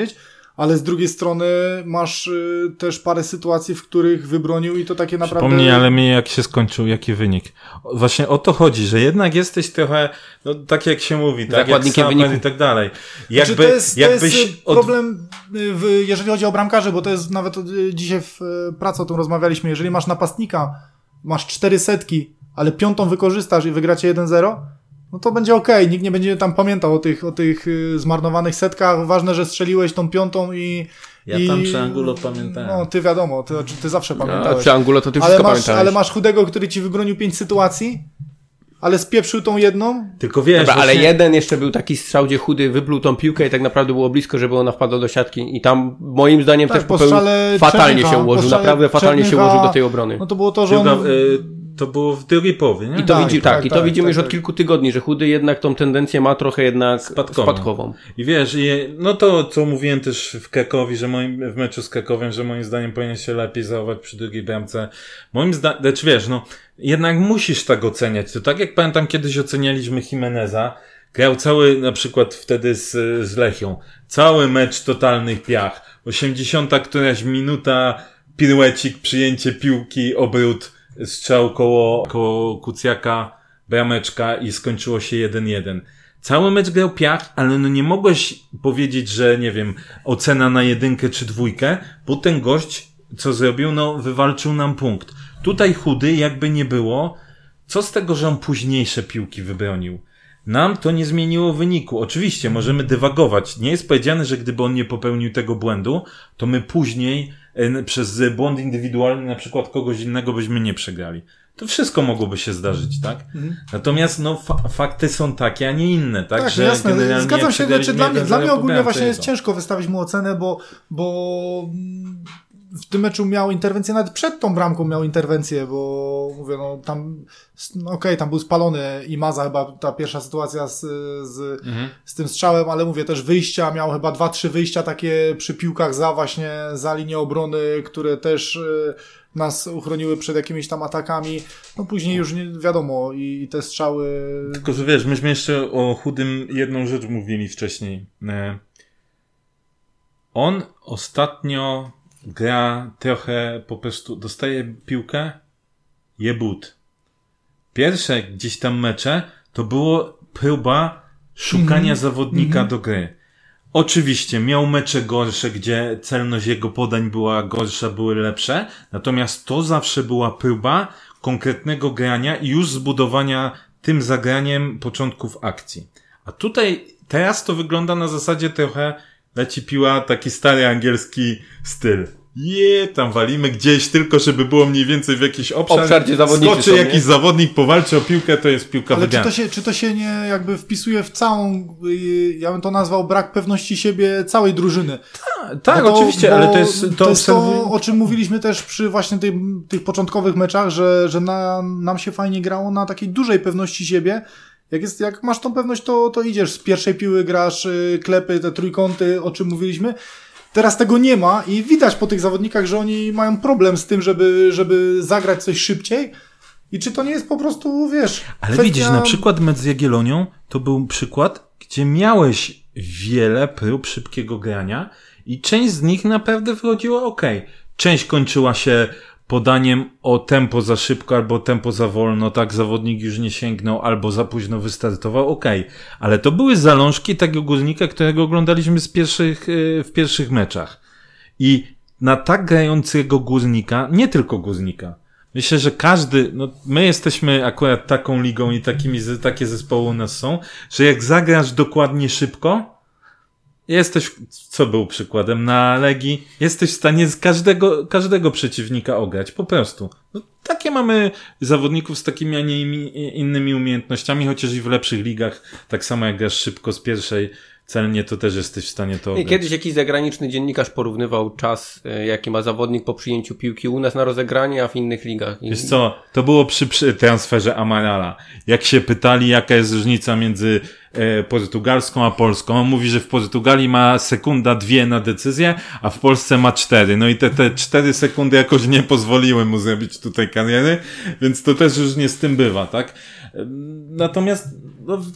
ale z drugiej strony masz też parę sytuacji, w których wybronił i to takie naprawdę... Przypomnij, ale mi jak się skończył, jaki wynik. Właśnie o to chodzi, że jednak jesteś trochę, no tak jak się mówi, tak jak Saper i tak dalej. Jakby, to jest problem, jeżeli chodzi o bramkarzy, bo to jest nawet dzisiaj w pracy o tym rozmawialiśmy, jeżeli masz napastnika, masz 4 setki, ale 5 wykorzystasz i wygracie 1-0, no to będzie okej. Nikt nie będzie tam pamiętał o tych zmarnowanych setkach. Ważne, że strzeliłeś tą 5 i... Ja tam przy Angulo pamiętałem. No, ty wiadomo, ty zawsze pamiętałeś. Przy Angulo to ty wszystko pamiętałeś. Ale masz Chudego, który ci wybronił 5 sytuacji, ale spieprzył tą jedną. Tylko wiesz... Dobra, ale jeden jeszcze był taki strzał, gdzie Chudy wypluł tą piłkę i tak naprawdę było blisko, żeby ona wpadła do siatki i tam moim zdaniem też fatalnie się ułożył. Naprawdę fatalnie się ułożył do tej obrony. No to było to, że on... To było w drugiej połowie, nie? I to widzimy już od kilku tygodni, że Chudy jednak tą tendencję ma trochę jednak spadkową. I wiesz, no to co mówiłem też w Krakowie, że w meczu z Krakowem, że moim zdaniem powinien się lepiej zachować przy drugiej bramce. Moim zdaniem, znaczy wiesz, no jednak musisz tak oceniać. To tak jak pamiętam kiedyś ocenialiśmy Jimeneza, grał cały, na przykład wtedy z Lechią, cały mecz totalny piach. 80 któraś minuta, piruecik, przyjęcie piłki, obrót, strzał koło Kucjaka, brameczka i skończyło się 1-1. Cały mecz grał piach, ale no nie mogłeś powiedzieć, że nie wiem, ocena na 1 czy 2, bo ten gość, co zrobił, no wywalczył nam punkt. Tutaj Chudy, jakby nie było, co z tego, że on późniejsze piłki wybronił? Nam to nie zmieniło wyniku. Oczywiście możemy dywagować. Nie jest powiedziane, że gdyby on nie popełnił tego błędu, to my później przez błąd indywidualny na przykład kogoś innego byśmy nie przegrali. To wszystko mogłoby się zdarzyć, tak? Natomiast no fakty są takie, a nie inne, tak? Tak, że jasne. generalnie zgadzam się, znaczy dla mnie ogólnie właśnie jest ciężko wystawić mu ocenę, bo w tym meczu miał interwencję, nawet przed tą bramką miał interwencję, bo mówię, no tam tam był spalony Imaza, chyba ta pierwsza sytuacja z tym strzałem, ale mówię, też wyjścia, miał chyba 2-3 wyjścia takie przy piłkach za linię obrony, które też nas uchroniły przed jakimiś tam atakami. No później już nie wiadomo i te strzały... Tylko, że wiesz, myśmy jeszcze o Chudym jedną rzecz mówili wcześniej. On ostatnio gra trochę po prostu, dostaje piłkę, je but. Pierwsze gdzieś tam mecze to było próba szukania zawodnika do gry. Oczywiście miał mecze gorsze, gdzie celność jego podań była gorsza, były lepsze, natomiast to zawsze była próba konkretnego grania i już zbudowania tym zagraniem początków akcji. A tutaj teraz to wygląda na zasadzie trochę leci piła, taki stary angielski styl. Tam walimy gdzieś tylko, żeby było mniej więcej w jakiś obszar, gdzie zawodnicy skoczy są, jakiś zawodnik, powalczy o piłkę, to jest piłka wygrana. Ale czy to się nie jakby wpisuje w całą, ja bym to nazwał brak pewności siebie całej drużyny. Tak, oczywiście, ale to jest to, o czym mówiliśmy też przy właśnie tych początkowych meczach, że nam się fajnie grało na takiej dużej pewności siebie. Jak masz tą pewność, to idziesz z pierwszej piły, grasz klepy, te trójkąty, o czym mówiliśmy. Teraz tego nie ma i widać po tych zawodnikach, że oni mają problem z tym, żeby zagrać coś szybciej. I czy to nie jest po prostu, wiesz... Ale widzisz, na przykład mecz z Jagiellonią to był przykład, gdzie miałeś wiele prób szybkiego grania i część z nich naprawdę wychodziła okej. Część kończyła się podaniem o tempo za szybko albo tempo za wolno, tak zawodnik już nie sięgnął albo za późno wystartował, ale to były zalążki tego Górnika, którego oglądaliśmy w pierwszych meczach. I na tak grającego Górnika, nie tylko Górnika, myślę, że każdy, my jesteśmy akurat taką ligą i takie zespoły u nas są, że jak zagrasz dokładnie szybko, jesteś, co był przykładem na Legii, jesteś w stanie z każdego przeciwnika ograć, po prostu. Takie mamy zawodników z takimi, a nie innymi umiejętnościami, chociaż i w lepszych ligach, tak samo jak grasz szybko z pierwszej, celnie to też jesteś w stanie to ograć. Kiedyś jakiś zagraniczny dziennikarz porównywał czas, jaki ma zawodnik po przyjęciu piłki u nas na rozegranie, a w innych ligach. Wiesz co, to było przy transferze Amarala. Jak się pytali, jaka jest różnica między portugalską a polską, on mówi, że w Portugalii ma sekunda 2 na decyzję, a w Polsce ma 4. No i te 4 sekundy jakoś nie pozwoliły mu zrobić tutaj kariery, więc to też już nie z tym bywa, tak? Natomiast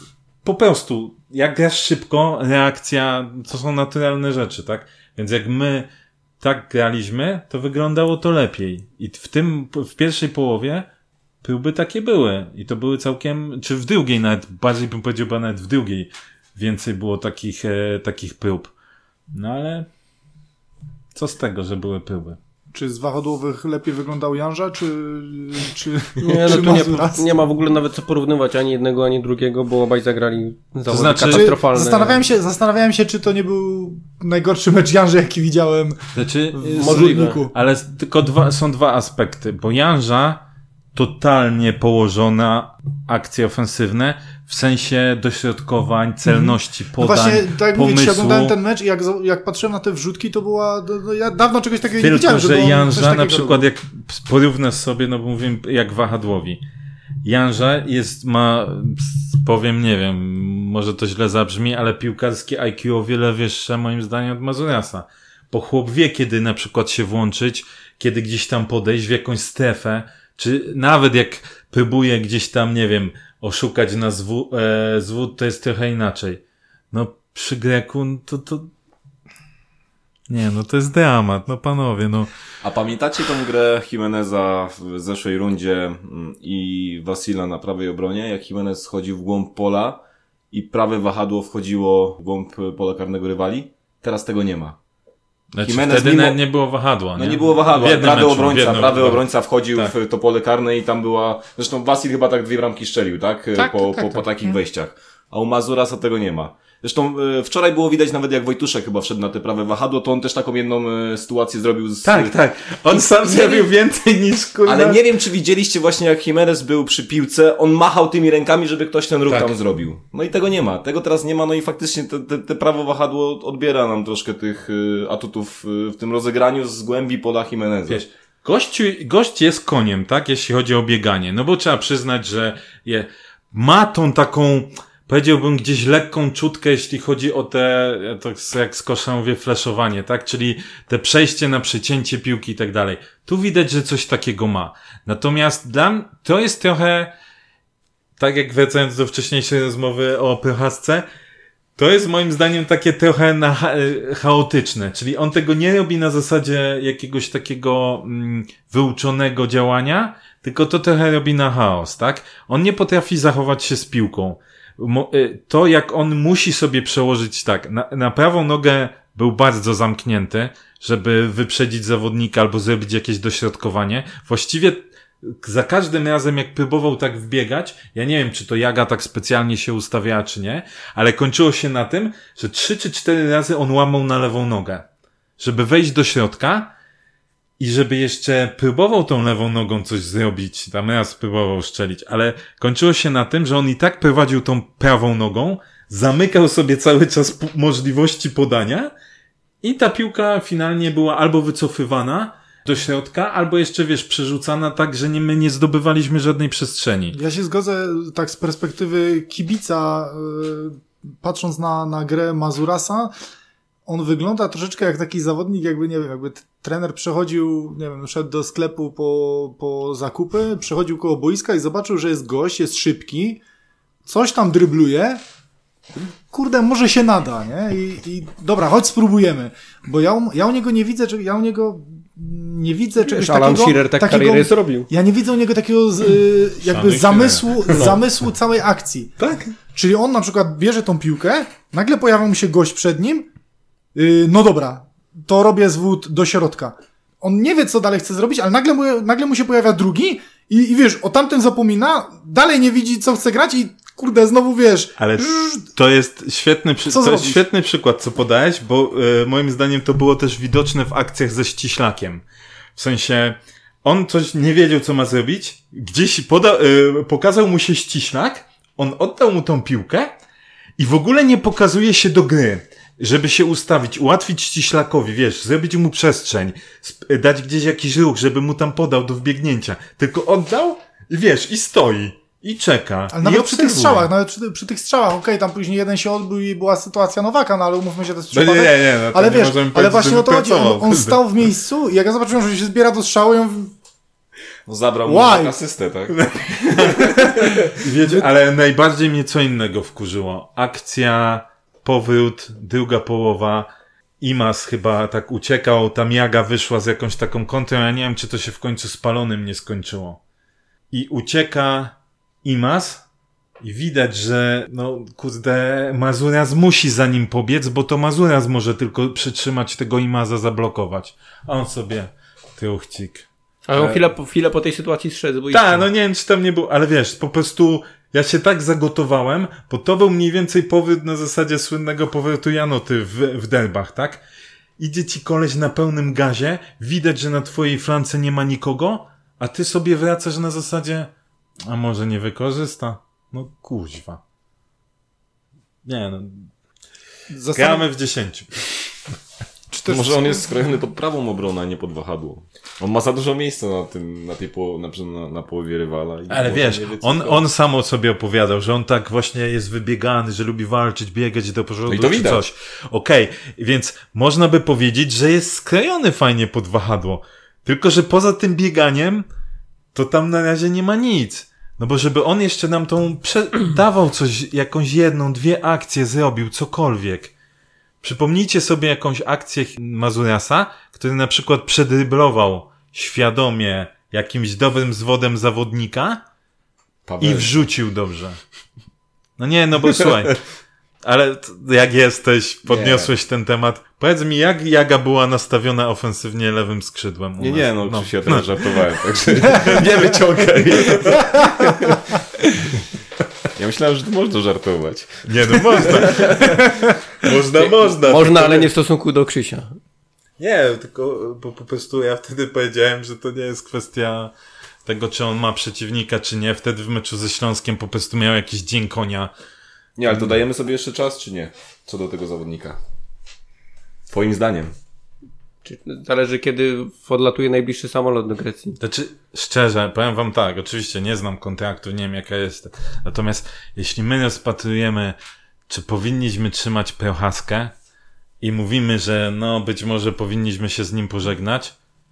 po prostu, jak grasz szybko, reakcja, to są naturalne rzeczy, tak? Więc jak my tak graliśmy, to wyglądało to lepiej. I w pierwszej połowie próby takie były. I to były całkiem, czy w drugiej nawet, bardziej bym powiedział, bo nawet w drugiej więcej było takich prób. No ale co z tego, że były próby? Czy z wahadłowych lepiej wyglądał Janża, czy Nie, czy no tu Mazuras? nie ma w ogóle nawet co porównywać ani jednego, ani drugiego, bo obaj zagrali zawody znaczy, katastrofalne. Zastanawiałem się, czy to nie był najgorszy mecz Janży, jaki widziałem Znaczy, w możliwe. Rudniku. ale tylko są dwa aspekty, bo Janża totalnie położona akcje ofensywne w sensie dośrodkowań, celności, No podań, właśnie, tak jak mówię, pomysłu. oglądałem ten mecz i jak patrzyłem na te wrzutki, to była... ja dawno czegoś takiego nie Tylko, widziałem, że żeby on coś Janża takiego na przykład, jak porównasz sobie, no bo mówię, jak wahadłowi. Janża powiem, nie wiem, może to źle zabrzmi, ale piłkarskie IQ o wiele wyższe moim zdaniem od Mazuriasa. Bo chłop wie, kiedy na przykład się włączyć, kiedy gdzieś tam podejść w jakąś strefę, czy nawet jak próbuje gdzieś tam, nie wiem, oszukać na zwód, to jest trochę inaczej. No przy Greku nie, no to jest dramat, no panowie, no. A pamiętacie tą grę Jimeneza w zeszłej rundzie i Wasila na prawej obronie, jak Jimenez schodził w głąb pola i prawe wahadło wchodziło w głąb pola karnego rywali? Teraz tego nie ma. Znaczy Jimenez wtedy nawet nie było wahadła, No nie było wahadła, prawy meczu. obrońca wchodził Tak. w to pole karne i tam była, zresztą Wasil chyba tak 2 bramki strzelił, tak? Po takich wejściach. A u Mazurasa tego nie ma. Zresztą wczoraj było widać nawet jak Wojtuszek chyba wszedł na te prawe wahadło, to on też taką jedną sytuację zrobił z... Tak. On sam zrobił więcej niż kurwa. Ale nie wiem, czy widzieliście właśnie jak Jimenez był przy piłce, on machał tymi rękami, żeby ktoś ten ruch tam zrobił. No i tego nie ma. Tego teraz nie ma, no i faktycznie te prawo wahadło odbiera nam troszkę tych atutów w tym rozegraniu z głębi pola Jimeneza. Wiesz, gość jest koniem, tak? Jeśli chodzi o bieganie. No bo trzeba przyznać, że ma tą taką, powiedziałbym, gdzieś lekką czutkę, jeśli chodzi o to jak z kosza mówię, flashowanie, tak? Czyli te przejście na przecięcie piłki i tak dalej. Tu widać, że coś takiego ma. Natomiast to jest trochę, tak jak wracając do wcześniejszej rozmowy o Prochasce, to jest moim zdaniem takie trochę chaotyczne, czyli on tego nie robi na zasadzie jakiegoś takiego wyuczonego działania, tylko to trochę robi na chaos, tak? On nie potrafi zachować się z piłką. To jak on musi sobie przełożyć tak, na prawą nogę był bardzo zamknięty, żeby wyprzedzić zawodnika albo zrobić jakieś dośrodkowanie. Właściwie za każdym razem jak próbował tak wbiegać, ja nie wiem czy to Jaga tak specjalnie się ustawiała czy nie, ale kończyło się na tym, że 3 czy 4 razy on łamał na lewą nogę, żeby wejść do środka i żeby jeszcze próbował tą lewą nogą coś zrobić, tam raz próbował strzelić, ale kończyło się na tym, że on i tak prowadził tą prawą nogą, zamykał sobie cały czas możliwości podania i ta piłka finalnie była albo wycofywana do środka, albo jeszcze, przerzucana tak, że my nie zdobywaliśmy żadnej przestrzeni. Ja się zgodzę tak z perspektywy kibica, patrząc na grę Mazurasa, on wygląda troszeczkę jak taki zawodnik, jakby trener przechodził, szedł do sklepu po zakupy, przechodził koło boiska i zobaczył, że jest gość, jest szybki, coś tam drybluje, kurde, może się nada, nie? I dobra, chodź spróbujemy, bo ja u niego nie widzę, nie widzę czegoś takiego. Alan Shearer tak karierę zrobił. Ja nie widzę u niego takiego zamysłu całej akcji. Tak. Czyli on na przykład bierze tą piłkę, nagle pojawia mu się gość przed nim, no dobra, to robię zwód do środka. On nie wie, co dalej chce zrobić, ale nagle mu się pojawia drugi i o tamtym zapomina, dalej nie widzi, co chce grać i kurde, znowu Ale to jest świetny przykład, co podałeś, bo moim zdaniem to było też widoczne w akcjach ze Ściślakiem. W sensie, on coś nie wiedział, co ma zrobić, gdzieś pokazał mu się Ściślak, on oddał mu tą piłkę i w ogóle nie pokazuje się do gry, żeby się ustawić, ułatwić Ściślakowi, zrobić mu przestrzeń, dać gdzieś jakiś ruch, żeby mu tam podał do wbiegnięcia. Tylko oddał i i stoi. I czeka. Ale nawet przy tych strzałach, okej, tam później jeden się odbył i była sytuacja Nowaka, no ale umówmy się, to jest przypadek. Ale ale właśnie o to chodzi, on stał w miejscu i jak ja zobaczyłem, że się zbiera do strzału, No zabrał mu asystę, tak? Wiecie, ale najbardziej mnie co innego wkurzyło. Akcja, powrót, druga połowa, Imaz chyba tak uciekał, ta Miaga wyszła z jakąś taką kontrą, ja nie wiem, czy to się w końcu spalonym nie skończyło. I ucieka Imaz i widać, że Mazuras musi za nim pobiec, bo to Mazuras może tylko przytrzymać tego Imaza, zablokować. A on sobie truchcik. Ale on chwilę po tej sytuacji zszedł. Tak, no nie wiem, czy tam nie był, ale wiesz, po prostu ja się tak zagotowałem, bo to był mniej więcej powrót na zasadzie słynnego powrotu Janoty w derbach, tak? Idzie ci koleś na pełnym gazie, widać, że na twojej flance nie ma nikogo, a ty sobie wracasz na zasadzie, a może nie wykorzysta? No kuźwa. Nie no. Gramy w 10. Może on jest skrojony pod prawą obronę, a nie pod wahadło. On ma za dużo miejsca na połowie rywala. Ale wiesz, on sam o sobie opowiadał, że on tak właśnie jest wybiegany, że lubi walczyć, biegać do porządku no czy coś. Okej, więc można by powiedzieć, że jest skrojony fajnie pod wahadło. Tylko, że poza tym bieganiem, to tam na razie nie ma nic. No bo żeby on jeszcze nam dawał coś, jakąś jedną, dwie akcje zrobił, cokolwiek. Przypomnijcie sobie jakąś akcję Mazurasa, który na przykład przedryblował świadomie jakimś dobrym zwodem zawodnika i wrzucił dobrze. No nie, no bo słuchaj, ale jak jesteś, podniosłeś ten temat, powiedz mi, jak Jaga była nastawiona ofensywnie lewym skrzydłem u nas? No. Ja teraz żartowałem, także nie wyciągaj. Ja myślałem, że to można żartować. Nie, no można. Można. Można, ale nie w stosunku do Krzysia. Nie, tylko bo po prostu ja wtedy powiedziałem, że to nie jest kwestia tego, czy on ma przeciwnika, czy nie. Wtedy w meczu ze Śląskiem po prostu miał jakiś dzień konia. Nie, ale to dajemy sobie jeszcze czas, czy nie? Co do tego zawodnika? Twoim zdaniem. Zależy, kiedy odlatuje najbliższy samolot do Grecji. Znaczy, szczerze, powiem wam tak, oczywiście nie znam kontraktu, nie wiem jaka jest. Natomiast jeśli my rozpatrujemy, czy powinniśmy trzymać Prochaskę i mówimy, że no być może powinniśmy się z nim pożegnać,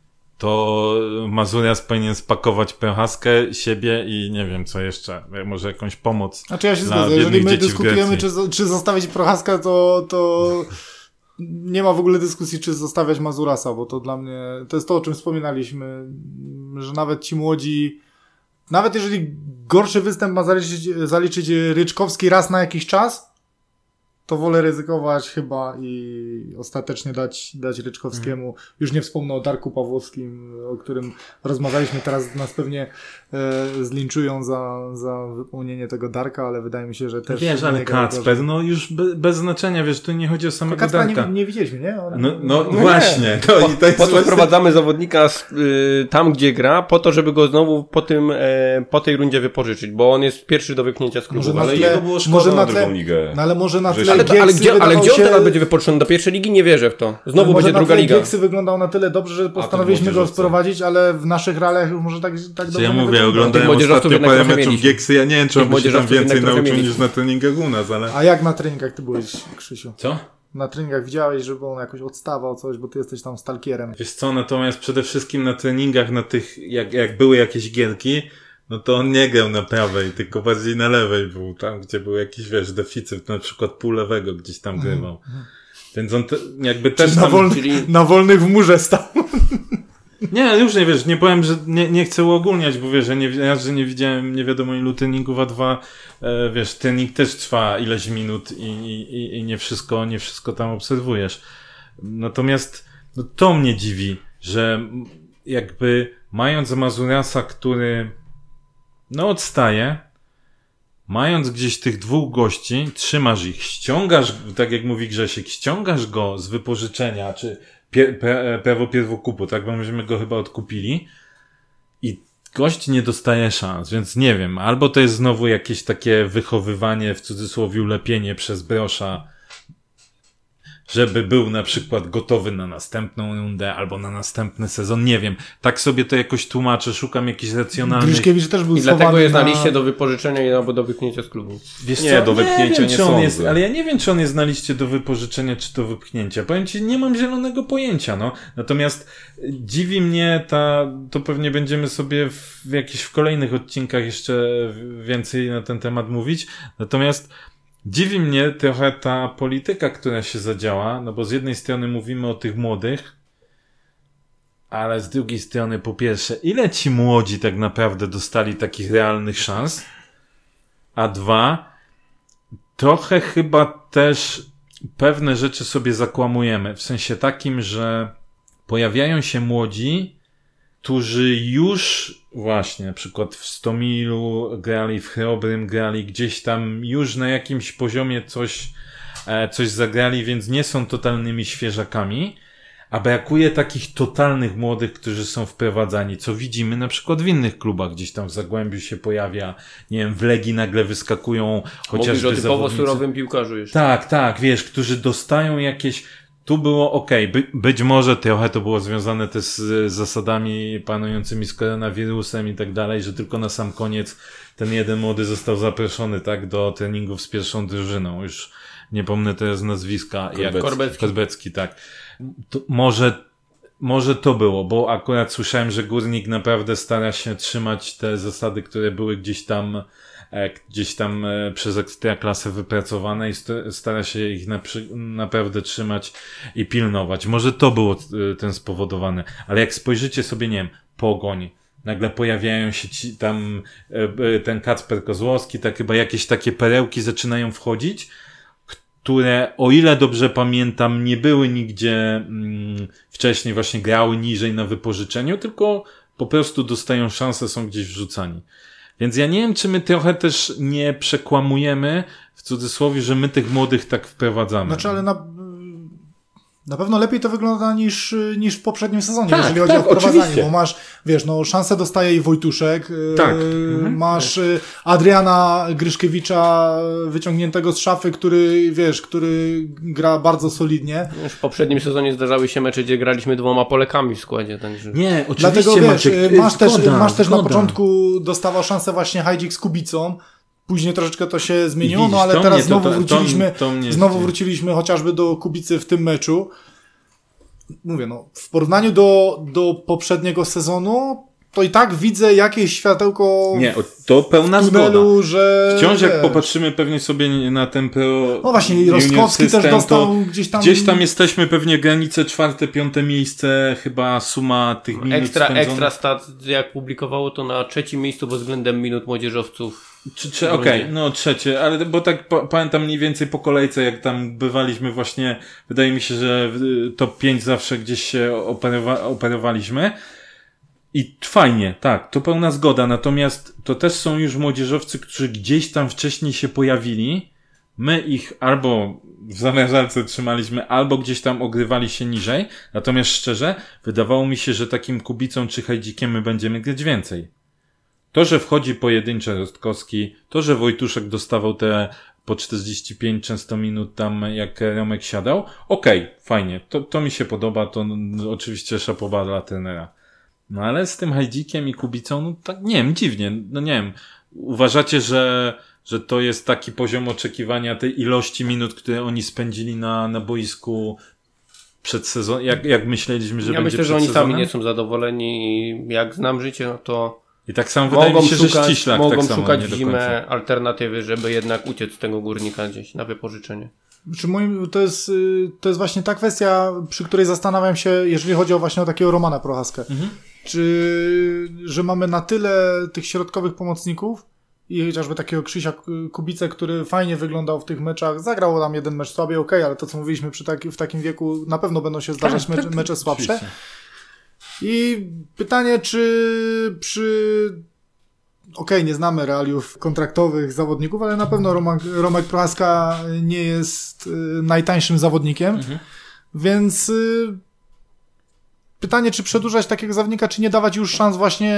to Mazuras powinien spakować Prochaskę, siebie i nie wiem co jeszcze, może jakąś pomoc. Znaczy ja się zgodzę, jeżeli my dyskutujemy, czy zostawić Prochaskę, to nie ma w ogóle dyskusji, czy zostawiać Mazurasa, bo to dla mnie, to jest to, o czym wspominaliśmy, że nawet ci młodzi, nawet jeżeli gorszy występ ma zaliczyć Ryczkowski raz na jakiś czas, to wolę ryzykować chyba i ostatecznie dać Ryczkowskiemu. Już nie wspomnę o Darku Pawłowskim, o którym rozmawialiśmy. Teraz nas pewnie zlinczują za wypełnienie tego Darka, ale wydaje mi się, że też... Wiesz, ale Kacper, no już bez znaczenia, wiesz, tu nie chodzi o samego Kacpera Darka. Nie widzieliśmy, nie? No właśnie. Po to wprowadzamy zawodnika tam, gdzie gra, po to, żeby go znowu po tej rundzie wypożyczyć, bo on jest pierwszy do wypchnięcia z klubu. Ale jego było szkoda na drugą ligę. No ale może na tle ale gdzie on teraz będzie wypożyczony? Do pierwszej ligi? Nie wierzę w to. Znowu będzie druga liga. Gieksy wyglądał na tyle dobrze, że postanowiliśmy go sprowadzić, ale w naszych realiach już może tak dobrze ja mówię, oglądałem ostatnio parę meczów Gieksy, ja nie wiem, czy on by się tam więcej nauczył niż na treningach u nas, ale... A jak na treningach ty byłeś, Krzysiu? Co? Na treningach widziałeś, żeby on jakoś odstawał coś, bo ty jesteś tam stalkierem. Wiesz co, natomiast przede wszystkim na treningach, na tych, jak były jakieś gierki, no to on nie grał na prawej, tylko bardziej na lewej był, tam gdzie był jakiś, wiesz, deficyt, na przykład pół lewego gdzieś tam grywał. Więc on jakby też na wolnych w murze stał. Nie, już nie wiesz, nie powiem, że nie chcę uogólniać, bo wiesz, że nie widziałem nie wiadomo ilu treningów, a dwa, wiesz, trening też trwa ileś minut i nie wszystko tam obserwujesz. Natomiast no, to mnie dziwi, że jakby mając Mazurasa, który no odstaje, mając gdzieś tych dwóch gości, trzymasz ich, ściągasz, tak jak mówi Grzesiek, ściągasz go z wypożyczenia, czy prawo pierwokupu, tak, bo myśmy go chyba odkupili i gość nie dostaje szans, więc nie wiem, albo to jest znowu jakieś takie wychowywanie, w cudzysłowie lepienie przez Brosza, żeby był na przykład gotowy na następną rundę albo na następny sezon, nie wiem. Tak sobie to jakoś tłumaczę, szukam jakichś racjonalnych... Gryszkiewicz też był I dlatego jest na na liście do wypożyczenia albo do wypchnięcia z klubu. Wiesz Nie, co? do wypchnięcia wiem, nie czy on sądzę. jest, ale ja nie wiem, czy on jest na liście do wypożyczenia, czy do wypchnięcia. Powiem ci, nie mam zielonego pojęcia, no. Natomiast dziwi mnie to pewnie będziemy sobie w kolejnych odcinkach jeszcze więcej na ten temat mówić. Natomiast dziwi mnie trochę ta polityka, która się zadziała, no bo z jednej strony mówimy o tych młodych, ale z drugiej strony, po pierwsze, ile ci młodzi tak naprawdę dostali takich realnych szans? A dwa, trochę chyba też pewne rzeczy sobie zakłamujemy. W sensie takim, że pojawiają się młodzi, którzy już właśnie na przykład w Stomilu grali, w Chrobrym grali, gdzieś tam już na jakimś poziomie coś zagrali, więc nie są totalnymi świeżakami, a brakuje takich totalnych młodych, którzy są wprowadzani, co widzimy na przykład w innych klubach, gdzieś tam w Zagłębiu się pojawia, nie wiem, w Legii nagle wyskakują chociażby Mówisz o typowo zawodnicy. surowym piłkarzu jeszcze. Tak, wiesz, którzy dostają jakieś... Tu było okej. Być może trochę to było związane też z zasadami panującymi z koronawirusem i tak dalej, że tylko na sam koniec ten jeden młody został zaproszony, tak, do treningów z pierwszą drużyną. Już nie pomnę teraz nazwiska. Korbecki, tak. To może to było, bo akurat słyszałem, że Górnik naprawdę stara się trzymać te zasady, które były gdzieś tam przez Ekstraklasę wypracowane i stara się ich naprawdę trzymać i pilnować. Może to było ten spowodowane, ale jak spojrzycie sobie, nie wiem, Pogoń, nagle pojawiają się ten Kacper Kozłowski, tak chyba jakieś takie perełki zaczynają wchodzić, które, o ile dobrze pamiętam, nie były nigdzie wcześniej, właśnie grały niżej na wypożyczeniu, tylko po prostu dostają szansę, są gdzieś wrzucani. Więc ja nie wiem, czy my trochę też nie przekłamujemy, w cudzysłowie, że my tych młodych tak wprowadzamy. Znaczy, ale na pewno lepiej to wygląda niż w poprzednim sezonie, tak, jeżeli chodzi o wprowadzanie, oczywiście. bo masz, wiesz, szansę dostaje i Wojtuszek, tak. Masz Adriana Gryszkiewicza wyciągniętego z szafy, który gra bardzo solidnie. Już w poprzednim sezonie zdarzały się mecze, gdzie graliśmy 2 Polakami w składzie, także... Nie, oczywiście. Dlatego, wiesz, Maciek, masz też na początku dostawał szansę właśnie Hajdzik z Kubicą. Później troszeczkę to się zmieniło, Widzisz, ale teraz znowu wróciliśmy wróciliśmy chociażby do Kubicy w tym meczu. Mówię, w porównaniu do poprzedniego sezonu, to i tak widzę jakieś światełko to pełna w tunelu, zgoda. że... Wciąż jak popatrzymy pewnie sobie na ten pro... No właśnie, Rostkowski też dostał gdzieś tam... Gdzieś tam jesteśmy pewnie granice 4., 5. miejsce, chyba suma tych minut spędzonych. Ekstra stat, jak publikowało to na 3. miejscu pod względem minut młodzieżowców. Okej, trzecie, ale bo tak pamiętam mniej więcej po kolejce, jak tam bywaliśmy właśnie, wydaje mi się, że top 5 zawsze gdzieś się operowaliśmy. I fajnie, tak, to pełna zgoda, natomiast to też są już młodzieżowcy, którzy gdzieś tam wcześniej się pojawili, my ich albo w zamrażalce trzymaliśmy, albo gdzieś tam ogrywali się niżej, natomiast szczerze, wydawało mi się, że takim Kubicą czy Hajdzikiem my będziemy grać więcej. To, że wchodzi pojedyncze Rostkowski, to, że Wojtuszek dostawał te po 45 często minut tam, jak Romek siadał, okej, fajnie, to mi się podoba, to oczywiście szapoba dla trenera. No ale z tym Hajdzikiem i Kubicą, tak nie wiem, dziwnie, nie wiem. Uważacie, że to jest taki poziom oczekiwania tej ilości minut, które oni spędzili na boisku przed sezonem, jak myśleliśmy, że będzie przed sezonem? Ja myślę, że oni sami nie są zadowoleni i jak znam życie, to i tak samo wydaje mi się, że Ściślak mogą tak samo szukać w zimę alternatywy, żeby jednak uciec z tego Górnika gdzieś na wypożyczenie. To jest właśnie ta kwestia, przy której zastanawiam się, jeżeli chodzi o takiego Romana Prochaskę. Że mamy na tyle tych środkowych pomocników i chociażby takiego Krzysia Kubicę, który fajnie wyglądał w tych meczach, zagrał tam jeden mecz słabiej, ale to co mówiliśmy w takim wieku, na pewno będą się zdarzać mecze słabsze. I pytanie, czy nie znamy realiów kontraktowych zawodników, ale na pewno Romek Prochaska nie jest najtańszym zawodnikiem, więc pytanie, czy przedłużać takiego zawodnika, czy nie dawać już szans właśnie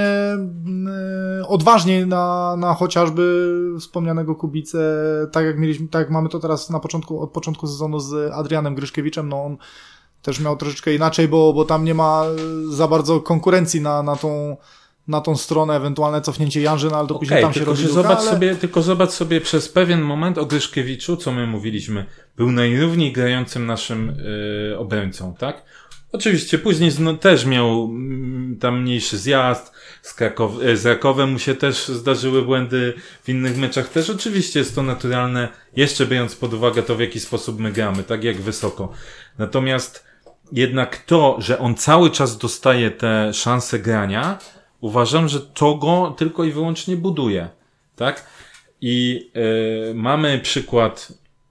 odważniej na chociażby wspomnianego Kubicę, tak jak mamy to teraz od początku sezonu z Adrianem Gryszkiewiczem, no on też miał troszeczkę inaczej, bo tam nie ma za bardzo konkurencji na tą stronę, ewentualne cofnięcie Janżyna, ale to później tam się robi Tylko zobacz sobie przez pewien moment o Gryszkiewiczu, co my mówiliśmy, był najrówniej grającym naszym obrońcą, tak? Oczywiście później też miał tam mniejszy zjazd, z Rakowem mu się też zdarzyły błędy, w innych meczach też. Oczywiście jest to naturalne, jeszcze biorąc pod uwagę to, w jaki sposób my gramy, tak jak wysoko. Natomiast jednak to, że on cały czas dostaje te szanse grania, uważam, że to go tylko i wyłącznie buduje, tak? I mamy przykład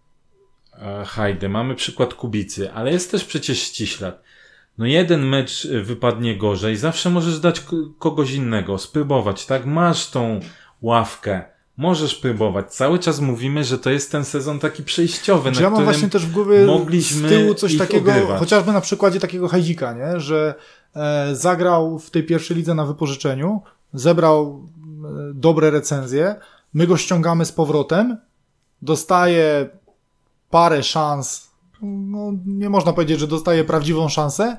Hajdy, mamy przykład Kubicy, ale jest też przecież Ściślak. No jeden mecz wypadnie gorzej, zawsze możesz dać kogoś innego, spróbować, tak? Masz tą ławkę, możesz próbować. Cały czas mówimy, że to jest ten sezon taki przejściowy, na ja mam właśnie też w głowie z tyłu coś takiego, ogrywać. Chociażby na przykładzie takiego Hajdzika, nie? Że zagrał w tej pierwszej lidze na wypożyczeniu, zebrał dobre recenzje, my go ściągamy z powrotem, dostaje parę szans, no nie można powiedzieć, że dostaje prawdziwą szansę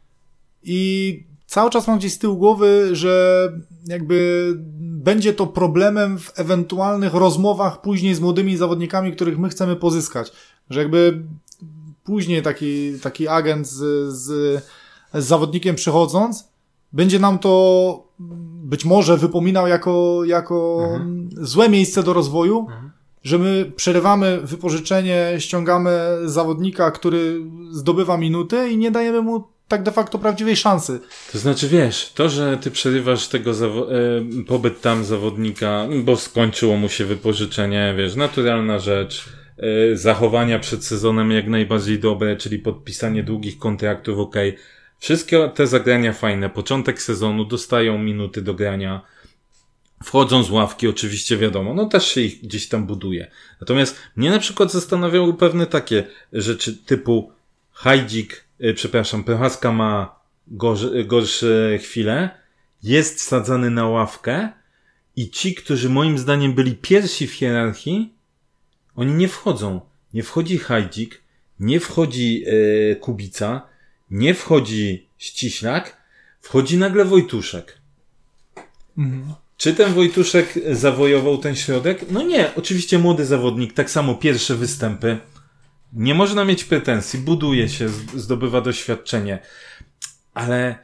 i cały czas mam gdzieś z tyłu głowy, że jakby będzie to problemem w ewentualnych rozmowach później z młodymi zawodnikami, których my chcemy pozyskać. Że jakby później taki agent z zawodnikiem przychodząc, będzie nam to być może wypominał jako złe miejsce do rozwoju, że my przerywamy wypożyczenie, ściągamy zawodnika, który zdobywa minuty i nie dajemy mu tak de facto prawdziwej szansy. To znaczy, wiesz, to, że ty przerywasz tego pobyt tam zawodnika, bo skończyło mu się wypożyczenie, wiesz, naturalna rzecz, zachowania przed sezonem jak najbardziej dobre, czyli podpisanie długich kontraktów, okej. Wszystkie te zagrania fajne, początek sezonu, dostają minuty do grania, wchodzą z ławki, oczywiście wiadomo, no też się ich gdzieś tam buduje. Natomiast mnie na przykład zastanawiały pewne takie rzeczy typu Prochaska ma gorsze chwile, jest sadzany na ławkę i ci, którzy moim zdaniem byli pierwsi w hierarchii, oni nie wchodzą. Nie wchodzi Hajdzik, nie wchodzi Kubica, nie wchodzi Ściślak, wchodzi nagle Wojtuszek. Czy ten Wojtuszek zawojował ten środek? No nie, oczywiście młody zawodnik, tak samo pierwsze występy. Nie można mieć pretensji, buduje się, zdobywa doświadczenie. Ale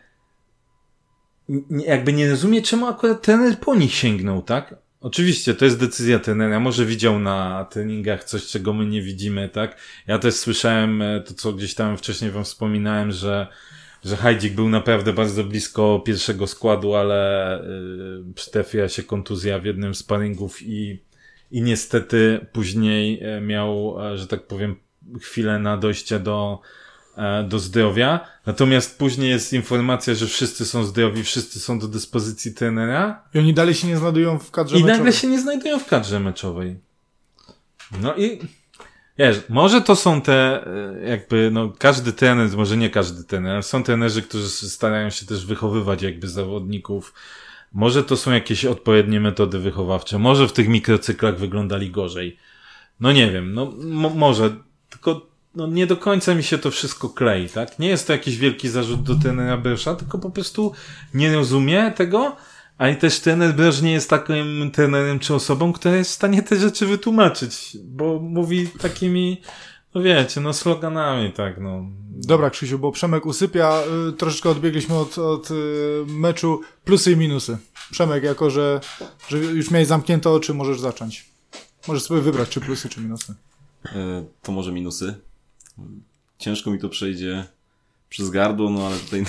jakby nie rozumie, czemu akurat trener po nich sięgnął, tak? Oczywiście, to jest decyzja trenera. Może widział na treningach coś, czego my nie widzimy, tak? Ja też słyszałem to, co gdzieś tam wcześniej wam wspominałem, że Hajdzik był naprawdę bardzo blisko pierwszego składu, ale przytrafiła się kontuzja w jednym z sparingów i niestety później miał, że tak powiem, chwilę na dojście do zdrowia. Natomiast później jest informacja, że wszyscy są zdrowi, wszyscy są do dyspozycji trenera. I oni dalej się nie znajdują w kadrze meczowej. I nagle się nie znajdują w kadrze meczowej. No i wiesz, może to są te jakby, no każdy trener, może nie każdy trener, ale są trenerzy, którzy starają się też wychowywać jakby zawodników. Może to są jakieś odpowiednie metody wychowawcze. Może w tych mikrocyklach wyglądali gorzej. No nie wiem, no może, tylko no nie do końca mi się to wszystko klei, tak? Nie jest to jakiś wielki zarzut do trenera Brosza, tylko po prostu nie rozumie tego, a i też trener Brosz nie jest takim trenerem czy osobą, która jest w stanie te rzeczy wytłumaczyć, bo mówi takimi, no wiecie, no sloganami, tak, no. Dobra, Krzysiu, bo Przemek usypia, troszeczkę odbiegliśmy od meczu, plusy i minusy. Przemek, jako że już miałeś zamknięte oczy, możesz zacząć. Możesz sobie wybrać, czy plusy, czy minusy. To może minusy. Ciężko mi to przejdzie przez gardło, no ale tutaj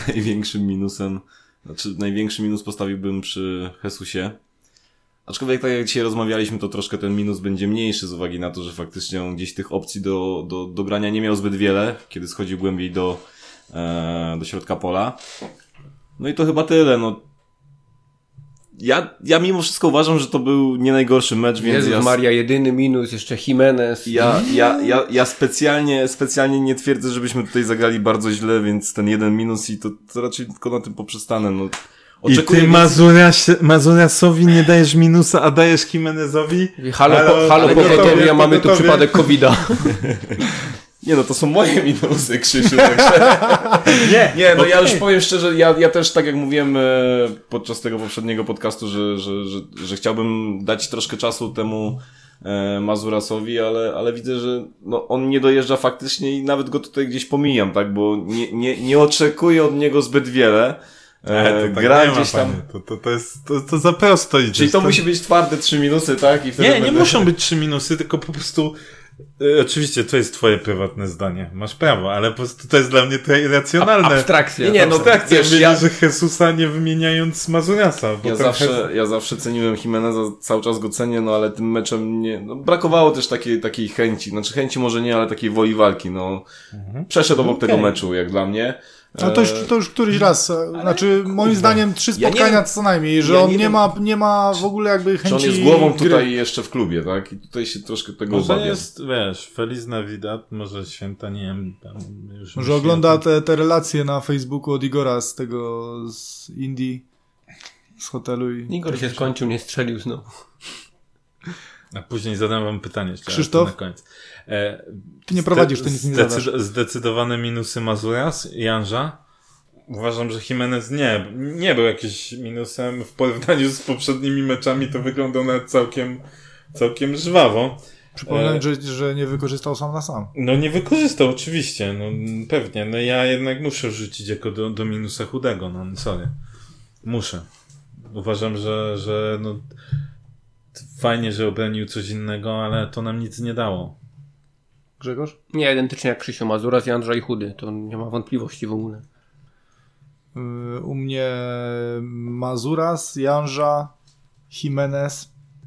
największy minus postawiłbym przy Jesusie. Aczkolwiek tak jak dzisiaj rozmawialiśmy, to troszkę ten minus będzie mniejszy z uwagi na to, że faktycznie on gdzieś tych opcji do grania nie miał zbyt wiele, kiedy schodził głębiej do środka pola. No i to chyba tyle, no. ja mimo wszystko uważam, że to był nie najgorszy mecz, więc Jezus Maria, jedyny minus, jeszcze Jimenez. Ja specjalnie nie twierdzę, żebyśmy tutaj zagrali bardzo źle, więc ten jeden minus i to raczej tylko na tym poprzestanę, no. I ty Mazuriasowi nie dajesz minusa, a dajesz Jimenezowi? Halo pogotowie, a mamy tu przypadek COVID-a. Nie no, to są moje minusy, Krzysiu. Także... Nie, no ja już powiem szczerze, ja też tak jak mówiłem podczas tego poprzedniego podcastu, że chciałbym dać troszkę czasu temu Mazurasowi, ale widzę, że no, on nie dojeżdża faktycznie i nawet go tutaj gdzieś pomijam, tak, bo nie oczekuję od niego zbyt wiele. Gra gdzieś tam. To za prosto idzie. Czyli to musi być twarde 3 minusy, tak? I wtedy nie muszą być 3 minusy, tylko po prostu oczywiście to jest twoje prywatne zdanie. Masz prawo, ale po prostu to jest dla mnie trochę irracjonalne. Abstrakcja. Nie, no tak, wiesz, że Jezusa nie wymieniając Mazuriasa. Ja zawsze ceniłem Jimeneza, cały czas go cenię, no ale tym meczem brakowało też takiej chęci. Znaczy chęci może nie, ale takiej woli walki, no. Przeszedł obok tego meczu, jak dla mnie. No to już któryś raz. Znaczy, moim zdaniem 3 spotkania co najmniej, że on nie ma w ogóle jakby chęci. Czy on jest głową tutaj jeszcze w klubie, tak? I tutaj się troszkę tego może obawiam. Jest, wiesz, Feliz Navidad, może święta, nie wiem, tam już może ogląda te relacje na Facebooku od Igora z Indii, z hotelu i... Igor się skończył, nie strzelił znowu. A później zadam wam pytanie jeszcze Krzysztof? na koniec. Ty nie prowadzisz, to nic nie zadasz. Zdecydowane minusy Mazurias i Janża. Uważam, że Jimenez nie był jakimś minusem. W porównaniu z poprzednimi meczami to wyglądał nawet całkiem żwawo. Przypominam, że nie wykorzystał sam na sam. No nie wykorzystał, oczywiście. No pewnie. No ja jednak muszę wrzucić jako do minusa Chudego. No sorry. Muszę. Uważam, że no fajnie, że obronił coś innego, ale to nam nic nie dało. Grzegorz? Nie, identycznie jak Krzysiu Mazuras, Jandrza i Chudy. To nie ma wątpliwości w ogóle. U mnie Mazuras, Janża, Jimenez,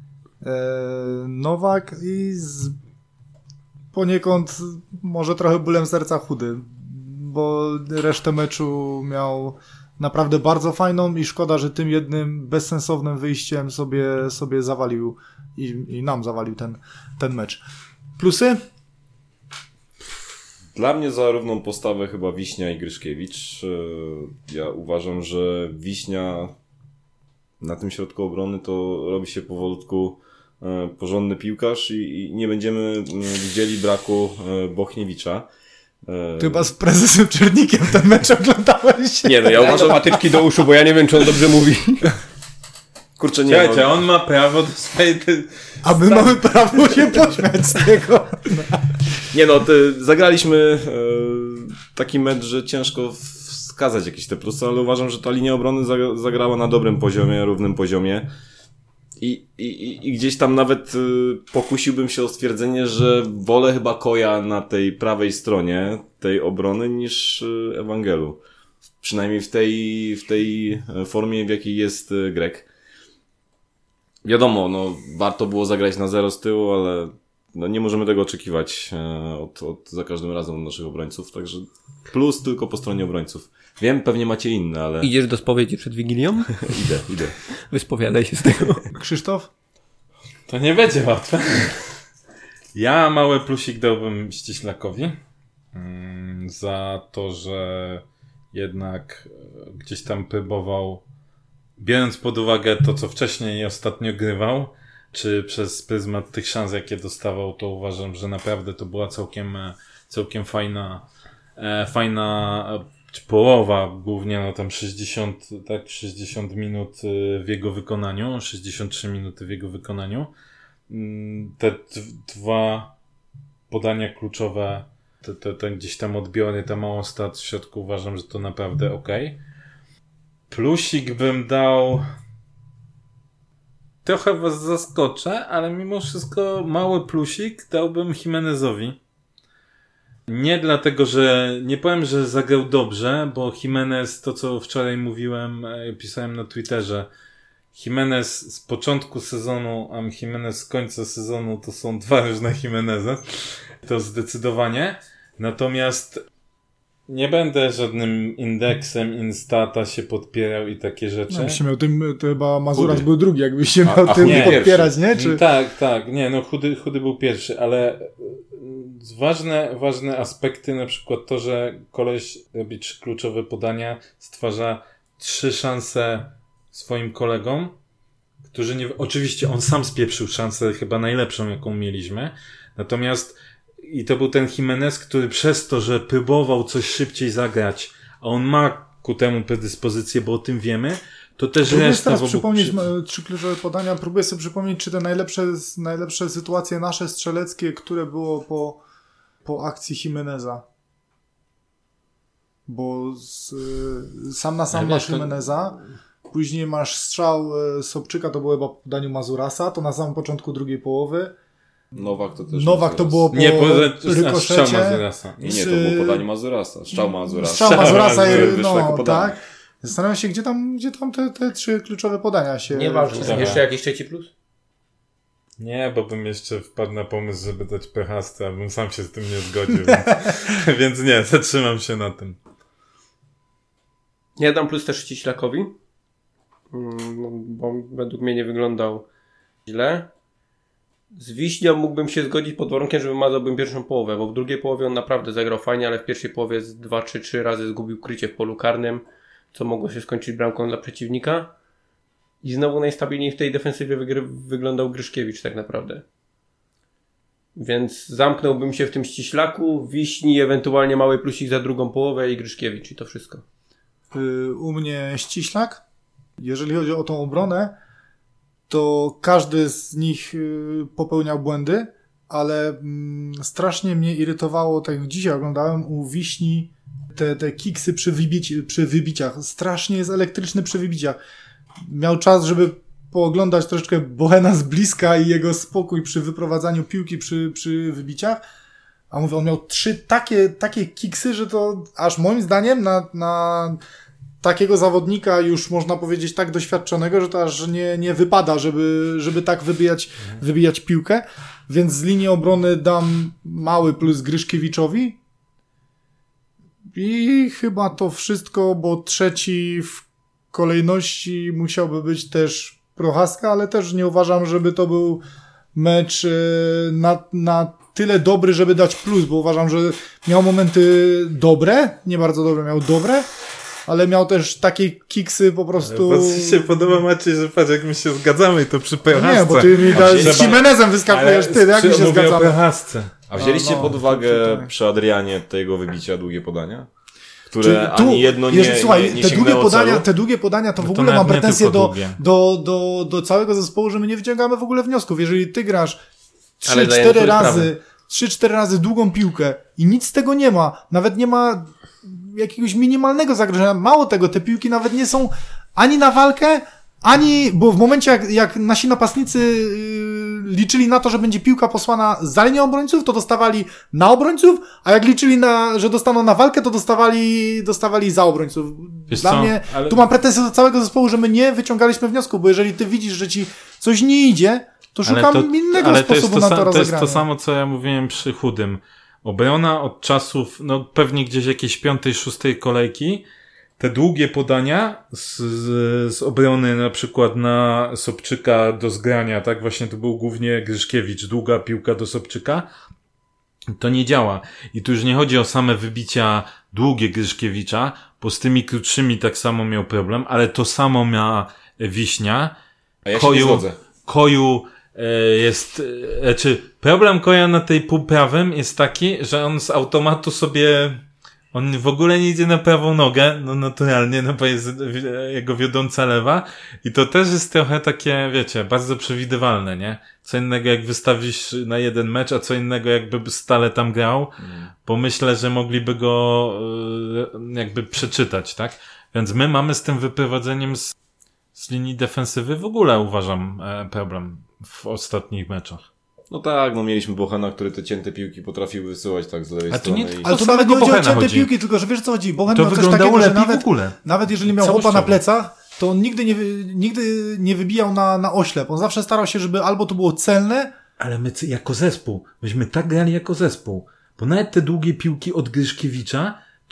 Nowak i poniekąd może trochę bólem serca Chudy, bo resztę meczu miał naprawdę bardzo fajną i szkoda, że tym jednym bezsensownym wyjściem sobie zawalił i nam zawalił ten mecz. Plusy? Dla mnie za równą postawę chyba Wiśnia i Gryszkiewicz. Ja uważam, że Wiśnia na tym środku obrony to robi się powolutku porządny piłkarz i nie będziemy widzieli braku Bochniewicza. Ty chyba z prezesem Czernikiem ten mecz oglądałeś? Nie, no ja uważam... patyczki do uszu, bo ja nie wiem, czy on dobrze mówi. Kurczę, nie. Słuchajcie, on ma prawo do swojej... A my mamy prawo się pośmiać z tego. Nie no, zagraliśmy taki mecz, że ciężko wskazać jakieś te plusy, ale uważam, że ta linia obrony zagrała na dobrym poziomie, równym poziomie. I gdzieś tam nawet pokusiłbym się o stwierdzenie, że wolę chyba Koja na tej prawej stronie tej obrony niż Ewangelu. Przynajmniej w tej formie, w jakiej jest Grek. Wiadomo, no warto było zagrać na 0 z tyłu, ale no nie możemy tego oczekiwać od za każdym razem od naszych obrońców, także plus tylko po stronie obrońców. Wiem, pewnie macie inne, ale... Idziesz do spowiedzi przed Wigilią? Idę. Wyspowiadaj się z tego. Krzysztof? To nie będzie łatwe. Ja mały plusik dałbym Ściślakowi za to, że jednak gdzieś tam próbował, biorąc pod uwagę to, co wcześniej i ostatnio grywał, czy przez pryzmat tych szans, jakie dostawał, to uważam, że naprawdę to była całkiem fajna połowa, głównie no tam 60 minut w jego wykonaniu, 63 minuty w jego wykonaniu. Te 2 podania kluczowe, te gdzieś tam odbiory, te małostat w środku, uważam, że to naprawdę okej. Plusik bym dał... Trochę was zaskoczę, ale mimo wszystko mały plusik dałbym Jimenezowi. Nie dlatego, że nie powiem, że zagrał dobrze, bo Jimenez, to co wczoraj mówiłem, pisałem na Twitterze, Jimenez z początku sezonu, a Jimenez z końca sezonu to są 2 różne Jimenezy. To zdecydowanie. Natomiast nie będę żadnym indeksem Instata się podpierał i takie rzeczy. Jakbyś się miał to chyba Mazuras był drugi, jakbyś się miał tym nie, podpierać, nie? Czy... Tak, nie, no chudy był pierwszy, ale ważne aspekty, na przykład to, że koleś robi 3 kluczowe podania, stwarza 3 szanse swoim kolegom, którzy nie... Oczywiście on sam spieprzył szansę chyba najlepszą, jaką mieliśmy, natomiast i to był ten Jimenez, który przez to, że próbował coś szybciej zagrać, a on ma ku temu predyspozycję, bo o tym wiemy, to też próbuję reszta... teraz przypomnieć 3 kluczowe podania, próbuję sobie przypomnieć, czy te najlepsze sytuacje nasze strzeleckie, które było po akcji Jimeneza. Bo sam na sam masz Jimeneza, później masz strzał Sobczyka, to było chyba po podaniu Mazurasa, to na samym początku drugiej połowy. Nowak to też. Nowak to było po rykoszecie. Strzał Mazurasa. Nie, to było podanie Mazurasa. Strzał Mazurasa. Strzał Mazurasa, no tak. Zastanawiam się, gdzie tam te 3 kluczowe podania się... Nieważne. Jeszcze jakiś trzeci plus? Nie, bo bym jeszcze wpadł na pomysł, żeby dać PHST, a bym sam się z tym nie zgodził. Więc nie, zatrzymam się na tym. Ja dam plus też Ściślakowi, bo według mnie nie wyglądał źle. Z Wiśnią mógłbym się zgodzić pod warunkiem, że wymazałbym pierwszą połowę, bo w drugiej połowie on naprawdę zagrał fajnie, ale w pierwszej połowie 2 czy 3 razy zgubił krycie w polu karnym, co mogło się skończyć bramką dla przeciwnika. I znowu najstabilniej w tej defensywie wyglądał Gryszkiewicz tak naprawdę. Więc zamknąłbym się w tym Ściślaku, Wiśni, ewentualnie mały plusik za drugą połowę i Gryszkiewicz i to wszystko. U mnie Ściślak. Jeżeli chodzi o tą obronę, to każdy z nich popełniał błędy, ale strasznie mnie irytowało, tak jak dzisiaj oglądałem u Wiśni, te kiksy przy wybiciach. Strasznie jest elektryczny przy wybiciach. Miał czas, żeby pooglądać troszeczkę Bohena z bliska i jego spokój przy wyprowadzaniu piłki przy wybiciach. A mówię, on miał 3 takie kiksy, że to aż moim zdaniem na takiego zawodnika już można powiedzieć tak doświadczonego, że to aż nie wypada, żeby tak wybijać piłkę. Więc z linii obrony dam mały plus Gryszkiewiczowi. I chyba to wszystko, bo trzeci w kolejności musiałby być też Prochaska, ale też nie uważam, żeby to był mecz na tyle dobry, żeby dać plus, bo uważam, że miał momenty dobre, nie bardzo dobre, miał dobre, ale miał też takie kiksy po prostu... Bardzo się podoba, Maciej, że patrz, jak my się zgadzamy i to przy Prochasce. Nie, bo ty mi z Jimenezem wyskakujesz, ty, jak my się zgadzamy. A wzięliście pod uwagę przy Adrianie tego wybicia długie podania? Które ani jedno nie sięgnęło celu? Te długie podania to w ogóle mam pretensje do całego zespołu, że my nie wyciągamy w ogóle wniosków. Jeżeli ty grasz 3-4 razy długą piłkę i nic z tego nie ma, nawet nie ma jakiegoś minimalnego zagrożenia, mało tego, te piłki nawet nie są ani na walkę, bo w momencie jak nasi napastnicy liczyli na to, że będzie piłka posłana za linię obrońców, to dostawali na obrońców, a jak liczyli że dostaną na walkę, to dostawali za obrońców. Dla mnie, tu mam pretensje do całego zespołu, że my nie wyciągaliśmy wniosku, bo jeżeli ty widzisz, że ci coś nie idzie, to szukam innego sposobu na to rozegranie. To jest to samo, co ja mówiłem przy Chudym. Obrona od czasów, pewnie gdzieś jakiejś 5., 6. kolejki, te długie podania z obrony na przykład na Sobczyka do zgrania, tak właśnie to był głównie Gryszkiewicz, długa piłka do Sobczyka, to nie działa. I tu już nie chodzi o same wybicia długie Gryszkiewicza, bo z tymi krótszymi tak samo miał problem, ale to samo miała Wiśnia. A ja się nie zgodzę. Koju jest, problem Koja na tej półprawym jest taki, że on z automatu sobie, on w ogóle nie idzie na prawą nogę, naturalnie, bo jest jego wiodąca lewa i to też jest trochę takie, wiecie, bardzo przewidywalne, nie? Co innego jak wystawisz na jeden mecz, a co innego jakby stale tam grał, bo myślę, że mogliby go jakby przeczytać, tak? Więc my mamy z tym wyprowadzeniem z linii defensywy w ogóle, uważam, problem w ostatnich meczach. No tak, mieliśmy Bohena, który te cięte piłki potrafił wysyłać tak z lewej strony. Ale to nawet nie chodzi o cięte piłki, tylko że wiesz co chodzi. Bohen miał też takiego, że nawet jeżeli miał chłopa na plecach, to on nigdy nie wybijał na oślep. On zawsze starał się, żeby albo to było celne. Ale my jako zespół, myśmy tak grali jako zespół. Bo nawet te długie piłki od Gryszkiewicza,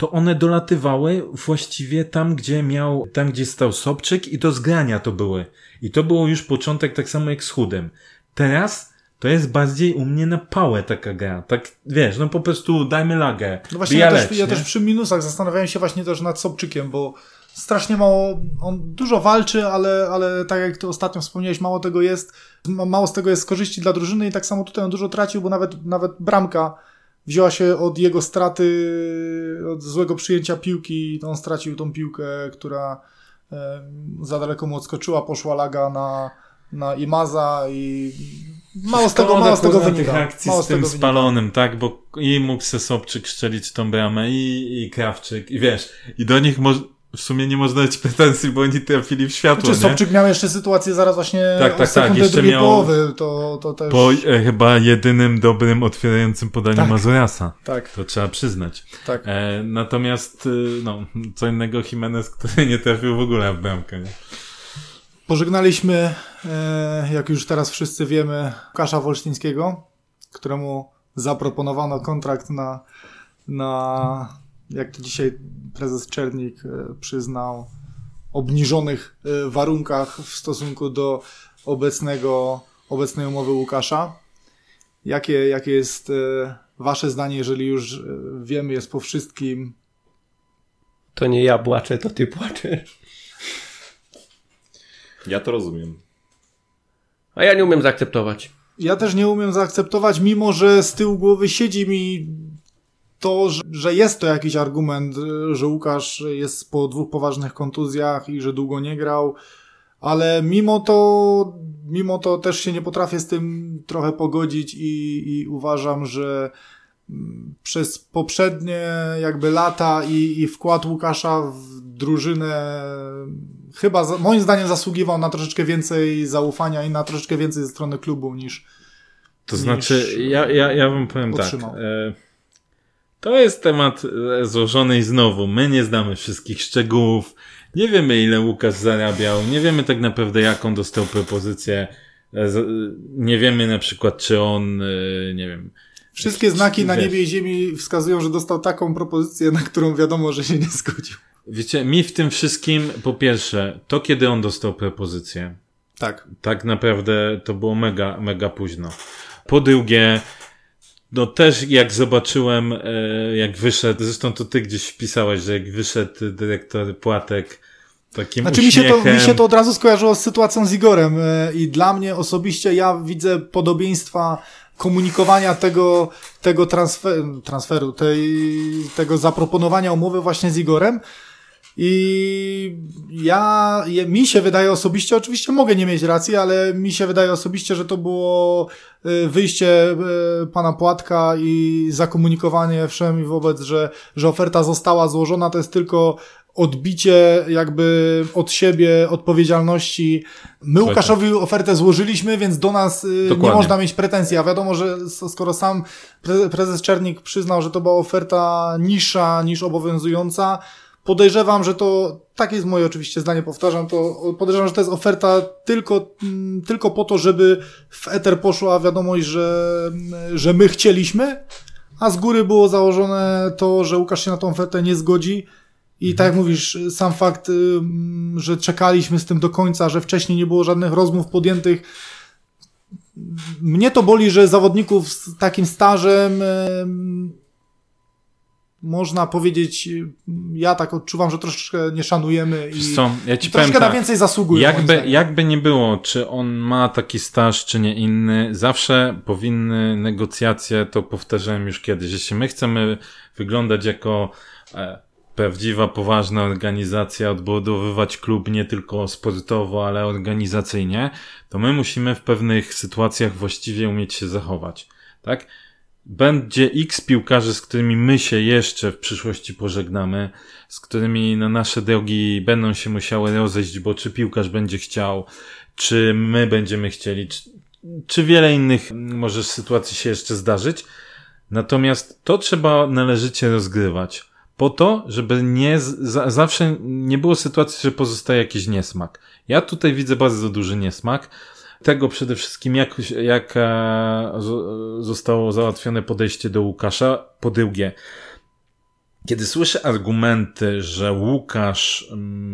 to one dolatywały właściwie tam, gdzie stał Sobczyk i do zgrania to były. I to było już początek tak samo jak z Chudem. Teraz to jest bardziej u mnie na pałę taka gra. Tak, wiesz, no po prostu dajmy lagę. No właśnie ja też przy minusach zastanawiałem się właśnie też nad Sobczykiem, bo strasznie mało, on dużo walczy, ale tak jak ty ostatnio wspomniałeś, mało z tego jest korzyści dla drużyny i tak samo tutaj on dużo tracił, bo nawet bramka wzięła się od jego straty, od złego przyjęcia piłki, on stracił tą piłkę, która za daleko mu odskoczyła, poszła laga na Imaza i mało z tego wynika. Tych akcji z tym spalonym, tak, bo i mógł se Sobczyk strzelić tą bramę i Krawczyk i wiesz, i do nich w sumie nie można mieć pretensji, bo oni trafili w światło, nie? Sobczyk miał jeszcze sytuację zaraz właśnie od sekundy jeszcze drugiej połowy, to też... Po chyba jedynym dobrym otwierającym podaniu Mazurasa. Tak. To trzeba przyznać. Tak. Natomiast, co innego Jimenez, który nie trafił w ogóle w bramkę, nie? Pożegnaliśmy, jak już teraz wszyscy wiemy, Łukasza Wolsztyńskiego, któremu zaproponowano kontrakt na jak to dzisiaj prezes Czernik przyznał, obniżonych warunkach w stosunku do obecnej umowy Łukasza. Jakie jest wasze zdanie, jeżeli już wiemy, jest po wszystkim? To nie ja płaczę, to ty płaczesz. Ja to rozumiem. A ja nie umiem zaakceptować. Ja też nie umiem zaakceptować, mimo że z tyłu głowy siedzi mi to, że jest to jakiś argument, że Łukasz jest po 2 poważnych kontuzjach i że długo nie grał, ale mimo to też się nie potrafię z tym trochę pogodzić i uważam, że przez poprzednie jakby lata i wkład Łukasza w drużynę chyba moim zdaniem zasługiwał na troszeczkę więcej zaufania i na troszeczkę więcej ze strony klubu niż... To znaczy, ja wam powiem otrzymał. Tak... To jest temat złożony i znowu, my nie znamy wszystkich szczegółów, nie wiemy ile Łukasz zarabiał, nie wiemy tak naprawdę jaką dostał propozycję, nie wiemy na przykład czy on, nie wiem... Wszystkie znaki na niebie i ziemi wskazują, że dostał taką propozycję, na którą wiadomo, że się nie zgodził. Wiecie, mi w tym wszystkim, po pierwsze, to kiedy on dostał propozycję. Tak naprawdę to było mega, mega późno. Po drugie, no też jak zobaczyłem, jak wyszedł, zresztą to ty gdzieś wpisałeś, że jak wyszedł dyrektor Płatek takim uśmiechem... mi się to od razu skojarzyło z sytuacją z Igorem i dla mnie osobiście ja widzę podobieństwa komunikowania tego transferu, tego zaproponowania umowy właśnie z Igorem. I mi się wydaje osobiście, oczywiście mogę nie mieć racji, ale mi się wydaje osobiście, że to było wyjście pana Płatka i zakomunikowanie wszem wobec, że oferta została złożona, to jest tylko odbicie jakby od siebie odpowiedzialności. My Łukaszowi ofertę złożyliśmy, więc do nas nie można mieć pretensji. A wiadomo, że skoro sam prezes Czernik przyznał, że to była oferta niższa niż obowiązująca, podejrzewam, że to, takie jest moje oczywiście zdanie, powtarzam, to podejrzewam, że to jest oferta tylko po to, żeby w eter poszła wiadomość, że my chcieliśmy, a z góry było założone to, że Łukasz się na tą ofertę nie zgodzi. I tak jak mówisz, sam fakt, że czekaliśmy z tym do końca, że wcześniej nie było żadnych rozmów podjętych. Mnie to boli, że zawodników z takim stażem można powiedzieć, ja tak odczuwam, że troszeczkę nie szanujemy i ja ci troszkę na więcej zasługują. Jakby nie było, czy on ma taki staż, czy nie inny, zawsze powinny negocjacje, to powtarzałem już kiedyś, jeśli my chcemy wyglądać jako prawdziwa, poważna organizacja, odbudowywać klub nie tylko sportowo, ale organizacyjnie, to my musimy w pewnych sytuacjach właściwie umieć się zachować. Tak? Będzie x piłkarzy, z którymi my się jeszcze w przyszłości pożegnamy, z którymi nasze drogi będą się musiały rozejść, bo czy piłkarz będzie chciał, czy my będziemy chcieli, czy wiele innych może sytuacji się jeszcze zdarzyć. Natomiast to trzeba należycie rozgrywać. Po to, żeby zawsze nie było sytuacji, że pozostaje jakiś niesmak. Ja tutaj widzę bardzo duży niesmak. Tego przede wszystkim, jak zostało załatwione podejście do Łukasza. Po drugie, kiedy słyszę argumenty, że Łukasz...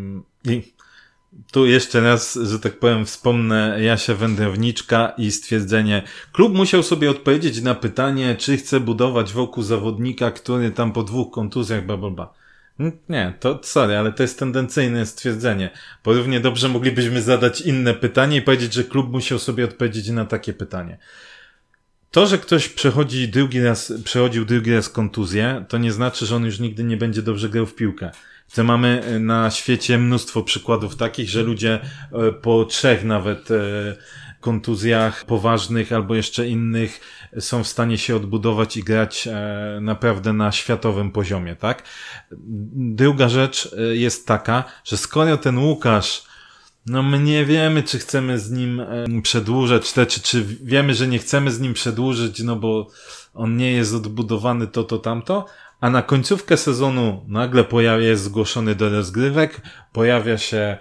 Tu jeszcze raz, że tak powiem, wspomnę Jasia Wędrowniczka i stwierdzenie, klub musiał sobie odpowiedzieć na pytanie, czy chce budować wokół zawodnika, który tam po 2 kontuzjach, Nie, to sorry, ale to jest tendencyjne stwierdzenie. Bo równie dobrze moglibyśmy zadać inne pytanie i powiedzieć, że klub musiał sobie odpowiedzieć na takie pytanie. To, że ktoś przechodził drugi raz kontuzję, to nie znaczy, że on już nigdy nie będzie dobrze grał w piłkę. Mamy na świecie mnóstwo przykładów takich, że ludzie po 3 nawet kontuzjach poważnych albo jeszcze innych są w stanie się odbudować i grać naprawdę na światowym poziomie, tak? Druga rzecz jest taka, że skoro ten Łukasz, no my nie wiemy, czy chcemy z nim przedłużać, czy wiemy, że nie chcemy z nim przedłużyć, no bo on nie jest odbudowany tamto, a na końcówkę sezonu nagle jest zgłoszony do rozgrywek, pojawia się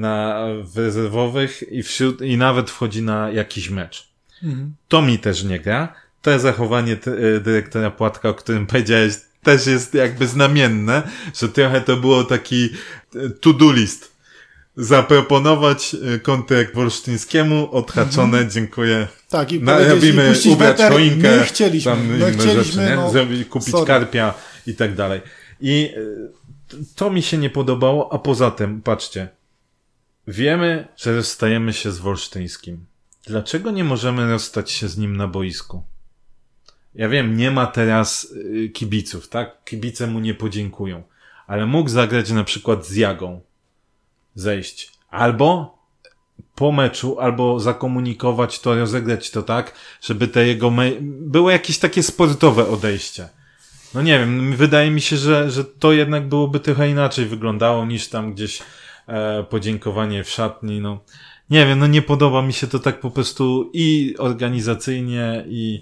w rezerwowych i nawet wchodzi na jakiś mecz. To mi też nie gra. To zachowanie dyrektora Płatka, o którym powiedziałeś, też jest jakby znamienne, że trochę to było taki to-do list. Zaproponować kontrakt Wolsztyńskiemu, odhaczone, dziękuję. Tak, i robimy ubrać choinkę, my chcieliśmy, kupić Karpia i tak dalej. I to mi się nie podobało, a poza tym, patrzcie, wiemy, że rozstajemy się z Wolsztyńskim. Dlaczego nie możemy rozstać się z nim na boisku? Ja wiem, nie ma teraz kibiców, tak? Kibice mu nie podziękują. Ale mógł zagrać na przykład z Jagą. Zejść. Albo po meczu, albo zakomunikować to, rozegrać to tak, żeby te jego było jakieś takie sportowe odejście. No nie wiem, wydaje mi się, że to jednak byłoby trochę inaczej wyglądało niż tam gdzieś podziękowanie w szatni, no. Nie wiem, no nie podoba mi się to tak po prostu i organizacyjnie i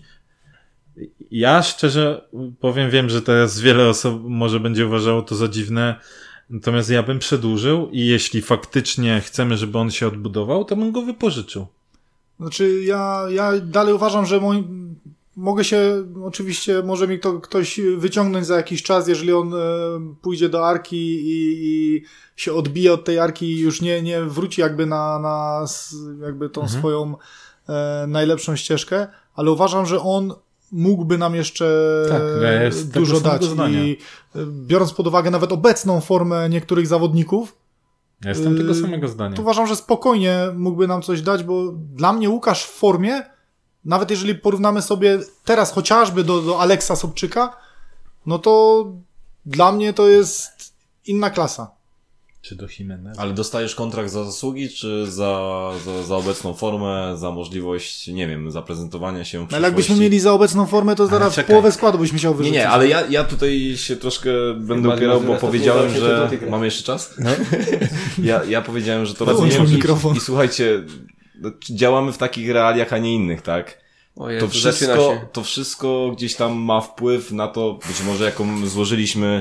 ja szczerze powiem, wiem, że teraz wiele osób może będzie uważało to za dziwne, natomiast ja bym przedłużył i jeśli faktycznie chcemy, żeby on się odbudował, to bym go wypożyczył. Znaczy ja dalej uważam, że mogę się, oczywiście może mi to ktoś wyciągnąć za jakiś czas, jeżeli on pójdzie do Arki i się odbije od tej Arki i już nie wróci jakby na jakby tą swoją najlepszą ścieżkę, ale uważam, że on mógłby nam jeszcze dużo dać. I biorąc pod uwagę nawet obecną formę niektórych zawodników, ja jestem tego samego zdania. To uważam, że spokojnie mógłby nam coś dać, bo dla mnie Łukasz w formie, nawet jeżeli porównamy sobie teraz chociażby do Aleksa Sobczyka, no to dla mnie to jest inna klasa. Czy do Jimeneza? Ale dostajesz kontrakt za zasługi, czy za obecną formę, za możliwość, nie wiem, zaprezentowania się w przyszłości? Ale jakbyśmy mieli za obecną formę, to zaraz połowę składu byś musiał wyrzucić. Nie, ale ja tutaj się troszkę będę upierał, bo powiedziałem, że... Mamy jeszcze czas? No. Ja powiedziałem, że to rozumiem i słuchajcie, działamy w takich realiach, a nie innych, tak? Jezu, to wszystko gdzieś tam ma wpływ na to, być może jaką złożyliśmy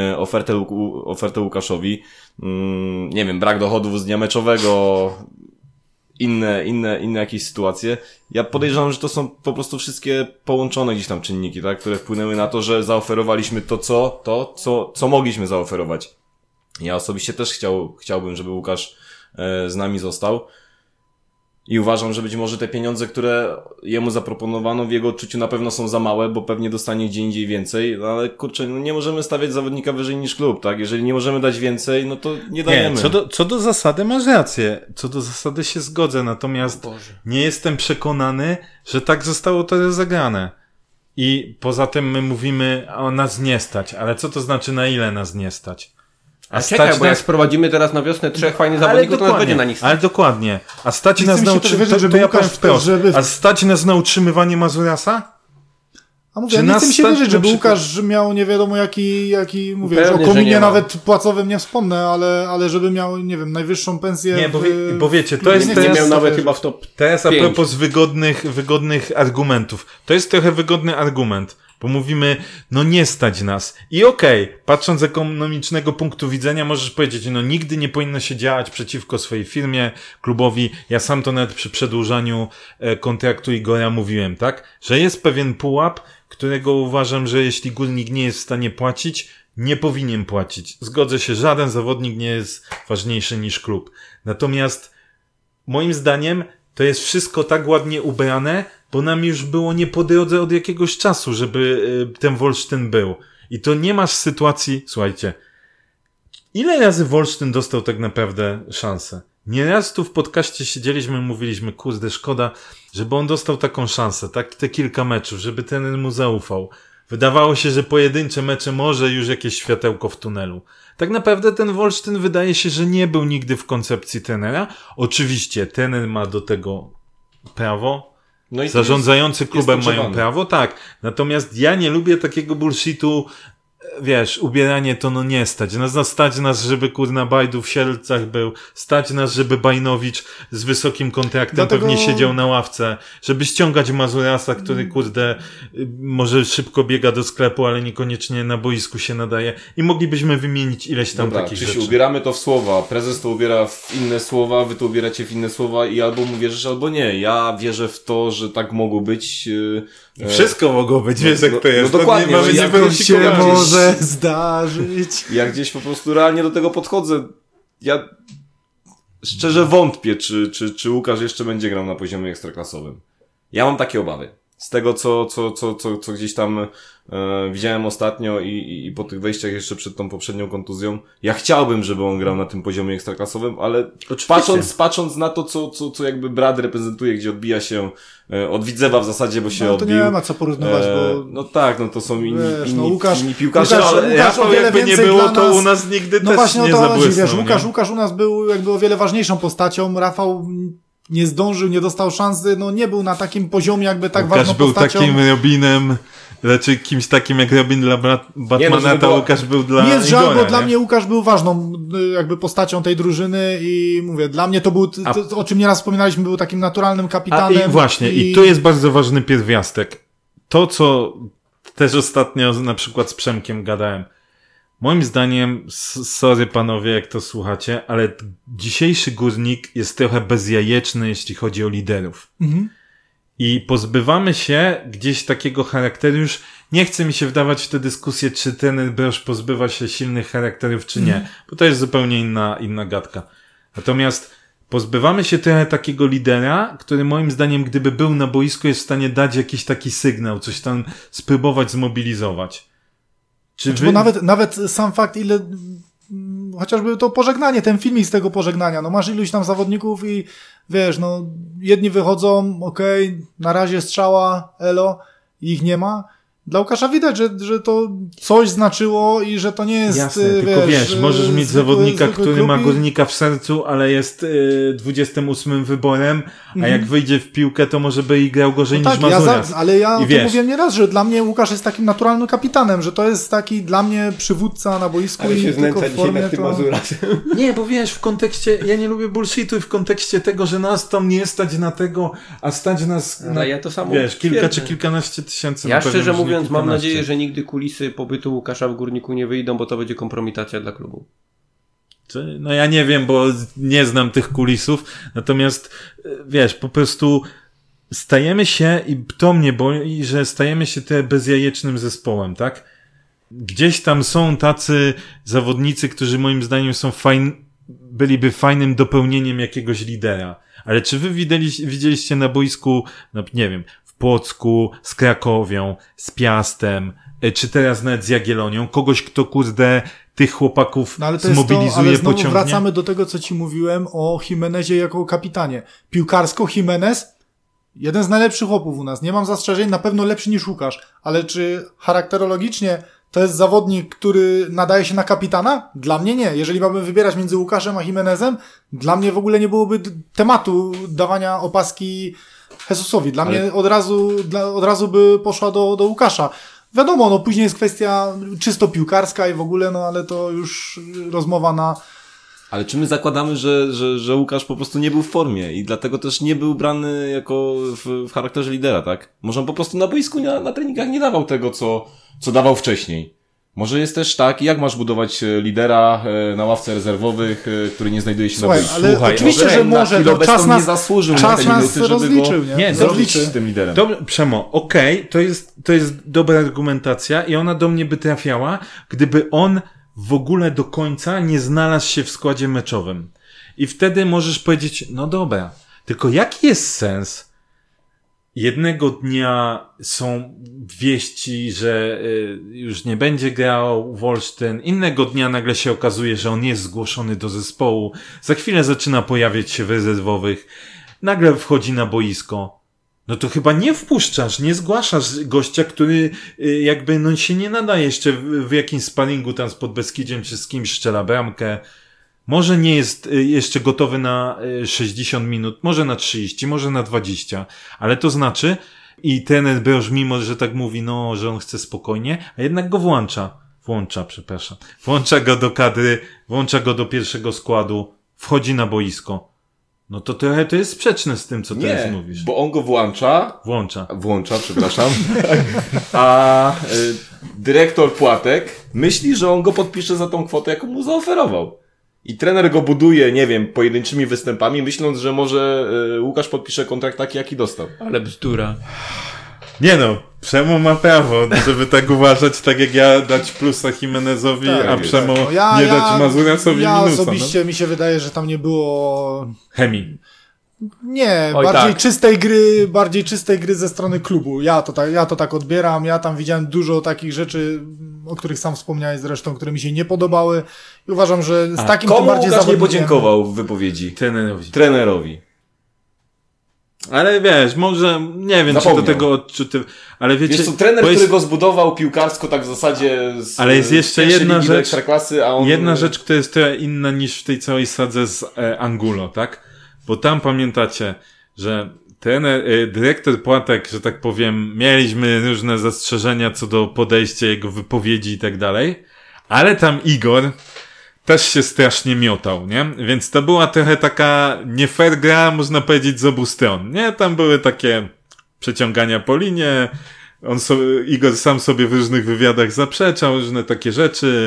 ofertę Łukaszowi, nie wiem, brak dochodów z dnia meczowego, inne jakieś sytuacje. Ja podejrzewam, że to są po prostu wszystkie połączone gdzieś tam czynniki, tak, które wpłynęły na to, że zaoferowaliśmy co mogliśmy zaoferować. Ja osobiście też chciałbym, żeby Łukasz z nami został. I uważam, że być może te pieniądze, które jemu zaproponowano, w jego odczuciu na pewno są za małe, bo pewnie dostanie gdzie indziej więcej, no ale kurczę, no nie możemy stawiać zawodnika wyżej niż klub, tak? Jeżeli nie możemy dać więcej, no to nie dajemy. Co do zasady masz rację. Co do zasady się zgodzę, natomiast nie jestem przekonany, że tak zostało to rozegrane. I poza tym my mówimy, o nas nie stać, ale co to znaczy, na ile nas nie stać? A czekaj, bo jak sprowadzimy teraz na wiosnę 3 fajnych zawodników, to nas będzie na nich stać. Ale dokładnie. A stać nas na stać nas na utrzymywanie Mazurasa? A mówię, nie chcę mi się wierzyć, żeby Łukasz miał nie wiadomo jaki mówię, już o kominie nawet płacowym nie wspomnę, ale żeby miał, nie wiem, najwyższą pensję. Nie, bo wiecie, to jest nie miał nawet chyba w top. Teraz a propos wygodnych argumentów. To jest trochę wygodny argument. Bo mówimy, no nie stać nas. I okej, patrząc z ekonomicznego punktu widzenia, możesz powiedzieć, no nigdy nie powinno się działać przeciwko swojej firmie, klubowi. Ja sam to nawet przy przedłużaniu kontraktu Igora mówiłem, tak? Że jest pewien pułap, którego uważam, że jeśli Górnik nie jest w stanie płacić, nie powinien płacić. Zgodzę się, żaden zawodnik nie jest ważniejszy niż klub. Natomiast moim zdaniem to jest wszystko tak ładnie ubrane, bo nam już było nie po drodze od jakiegoś czasu, żeby ten Wolsztyn był. I to nie masz sytuacji, słuchajcie, ile razy Wolsztyn dostał tak naprawdę szansę? Nieraz tu w podcaście siedzieliśmy i mówiliśmy, kurde, szkoda, żeby on dostał taką szansę, tak, te kilka meczów, żeby ten mu zaufał. Wydawało się, że pojedyncze mecze może już jakieś światełko w tunelu. Tak naprawdę ten Wolsztyn wydaje się, że nie był nigdy w koncepcji trenera. Oczywiście trener ma do tego prawo. No i zarządzający klubem mają prawo, tak. Natomiast ja nie lubię takiego bullshitu, wiesz, ubieranie to nie stać nas, żeby kurna Bajdu w Sielcach był, stać nas, żeby Bajnowicz z wysokim kontraktem pewnie siedział na ławce, żeby ściągać Mazurasa, który kurde może szybko biega do sklepu, ale niekoniecznie na boisku się nadaje i moglibyśmy wymienić ileś tam takich rzeczy. Ubieramy to w słowa, prezes to ubiera w inne słowa, wy to ubieracie w inne słowa i albo mu wierzysz, albo nie. Ja wierzę w to, że tak mogło być. Wszystko mogło być, wiesz jak to jest. No dokładnie. Się może zdarzyć. Ja gdzieś po prostu realnie do tego podchodzę. Ja szczerze wątpię, czy Łukasz jeszcze będzie grał na poziomie ekstraklasowym. Ja mam takie obawy. Z tego, co gdzieś tam widziałem ostatnio i po tych wejściach jeszcze przed tą poprzednią kontuzją. Ja chciałbym, żeby on grał na tym poziomie ekstraklasowym, ale patrząc na to, co jakby brat reprezentuje, gdzie odbija się od Widzewa w zasadzie, bo się odbił. To nie ma co porównywać, bo... No tak, no to są inni Łukasz, piłkarze, ale ja to jakby nie było, to u nas nigdy też właśnie nie zabłysnął. Wiesz, Łukasz u nas był jakby o wiele ważniejszą postacią, Rafał nie zdążył, nie dostał szansy, nie był na takim poziomie jakby tak ważną postacią. Łukasz był takim Robinem, raczej kimś takim jak Robin dla Batmana, to Łukasz był dla Nie jest żal, bo dla mnie Łukasz był ważną jakby postacią tej drużyny i mówię, dla mnie to był, o czym nieraz wspominaliśmy, był takim naturalnym kapitanem. I tu jest bardzo ważny pierwiastek. To, co też ostatnio na przykład z Przemkiem gadałem. Moim zdaniem, sorry panowie, jak to słuchacie, ale dzisiejszy Górnik jest trochę bezjajeczny, jeśli chodzi o liderów. Mhm. I pozbywamy się gdzieś takiego charakteru, już nie chce mi się wdawać w tę dyskusję, czy trener Broż pozbywa się silnych charakterów, czy nie, bo to jest zupełnie inna gadka. Natomiast pozbywamy się trochę takiego lidera, który moim zdaniem, gdyby był na boisku, jest w stanie dać jakiś taki sygnał, coś tam spróbować zmobilizować. Bo nawet sam fakt, ile chociażby to pożegnanie, ten filmik z tego pożegnania, masz iluś tam zawodników i wiesz, jedni wychodzą, okej, na razie strzała, elo, i ich nie ma. Dla Łukasza widać, że to coś znaczyło i że to nie jest... Jasne, tylko wiesz, możesz mieć zawodnika, który ma Górnika w sercu, ale jest 28 wyborem, a jak wyjdzie w piłkę, to może by i grał gorzej niż Mazuras. Ale ja to mówiłem nieraz, że dla mnie Łukasz jest takim naturalnym kapitanem, że to jest taki dla mnie przywódca na boisku i tylko w formie to... Nie, bo wiesz, w kontekście, ja nie lubię bullshitu i w kontekście tego, że nas tam nie stać na tego, a stać nas na, ja to samo wiesz, kilka czy kilkanaście tysięcy. Ja szczerze mówiąc mam nadzieję, że nigdy kulisy pobytu Łukasza w Górniku nie wyjdą, bo to będzie kompromitacja dla klubu. No ja nie wiem, bo nie znam tych kulisów, natomiast wiesz, po prostu stajemy się, i to mnie boli, że stajemy się te bezjajecznym zespołem, tak? Gdzieś tam są tacy zawodnicy, którzy moim zdaniem byliby fajnym dopełnieniem jakiegoś lidera. Ale czy wy widzieliście na boisku, nie wiem, w Płocku, z Krakowią, z Piastem, czy teraz nawet z Jagiellonią, kogoś, kto kurde tych chłopaków zmobilizuje, ale znowu pociągnie? Wracamy do tego, co ci mówiłem o Jimenezie jako kapitanie. Piłkarsko Jimenez, jeden z najlepszych chłopów u nas. Nie mam zastrzeżeń, na pewno lepszy niż Łukasz. Ale czy charakterologicznie to jest zawodnik, który nadaje się na kapitana? Dla mnie nie. Jeżeli mamy wybierać między Łukaszem a Jimenezem, dla mnie w ogóle nie byłoby tematu dawania opaski Jezusowi. Dla mnie od razu by poszła do Łukasza. Wiadomo, później jest kwestia czysto piłkarska i w ogóle, ale to już rozmowa na... Ale czy my zakładamy, że Łukasz po prostu nie był w formie i dlatego też nie był brany jako w charakterze lidera, tak? Może on po prostu na boisku, na treningach nie dawał tego, co dawał wcześniej. Może jest też tak, jak masz budować lidera na ławce rezerwowych, który nie znajduje się na boisku. Ale oczywiście, że może, to czas nas, nie zasłużył czas na te nas minuty, rozliczył, żeby nie? Nie, zrobić z tym liderem. Przemo, okej, to jest dobra argumentacja i ona do mnie by trafiała, gdyby on w ogóle do końca nie znalazł się w składzie meczowym. I wtedy możesz powiedzieć, no dobra, tylko jaki jest sens? Jednego dnia są wieści, że już nie będzie grał Wolsztyn, innego dnia nagle się okazuje, że on jest zgłoszony do zespołu, za chwilę zaczyna pojawiać się w rezerwowych, nagle wchodzi na boisko. No to chyba nie wpuszczasz, nie zgłaszasz gościa, który jakby no się nie nadaje jeszcze w jakimś sparingu tam z Podbeskidziem czy z kimś strzela bramkę. Może nie jest jeszcze gotowy na 60 minut, może na 30, może na 20, ale to znaczy i trener Broż, mimo że tak mówi, no, że on chce spokojnie, a jednak go włącza go do kadry, włącza go do pierwszego składu, wchodzi na boisko. No to trochę to jest sprzeczne z tym, co teraz mówisz. Bo on go włącza, przepraszam, a dyrektor Płatek myśli, że on go podpisze za tą kwotę, jaką mu zaoferował. I trener go buduje, nie wiem, pojedynczymi występami, myśląc, że może Łukasz podpisze kontrakt taki, jaki dostał. Ale bzdura. Nie no, Przemo ma prawo, żeby tak uważać, tak jak ja dać plusa Jimenezowi, tak, a Przemo tak. nie dać Mazurasowi ja minusa. osobiście mi się wydaje, że tam nie było chemii. Nie, Oj, bardziej czystej gry ze strony klubu. Ja to tak odbieram. Ja tam widziałem dużo takich rzeczy, o których sam wspomniałeś zresztą, które mi się nie podobały i uważam, że z takim komu tym bardziej Łukasz nie zawodnikiem... podziękował w wypowiedzi? Trenerowi. Ale wiesz, może, nie wiem, Zapomniał. czy do tego odczuty, ale wiecie... Wiesz co, trener, który go zbudował piłkarsko tak w zasadzie z ale jest jeszcze jedna rzecz, Ekstraklasy, a on... jedna rzecz, która jest trochę inna niż w tej całej sadze z Angulo, tak? Bo tam pamiętacie, że dyrektor Płatek, że tak powiem, mieliśmy różne zastrzeżenia co do podejścia jego wypowiedzi i tak dalej, ale tam Igor też się strasznie miotał, nie? Więc to była trochę taka nie fair gra, można powiedzieć, z obu stron, nie? Tam były takie przeciągania po linie, Igor sam sobie w różnych wywiadach zaprzeczał, różne takie rzeczy,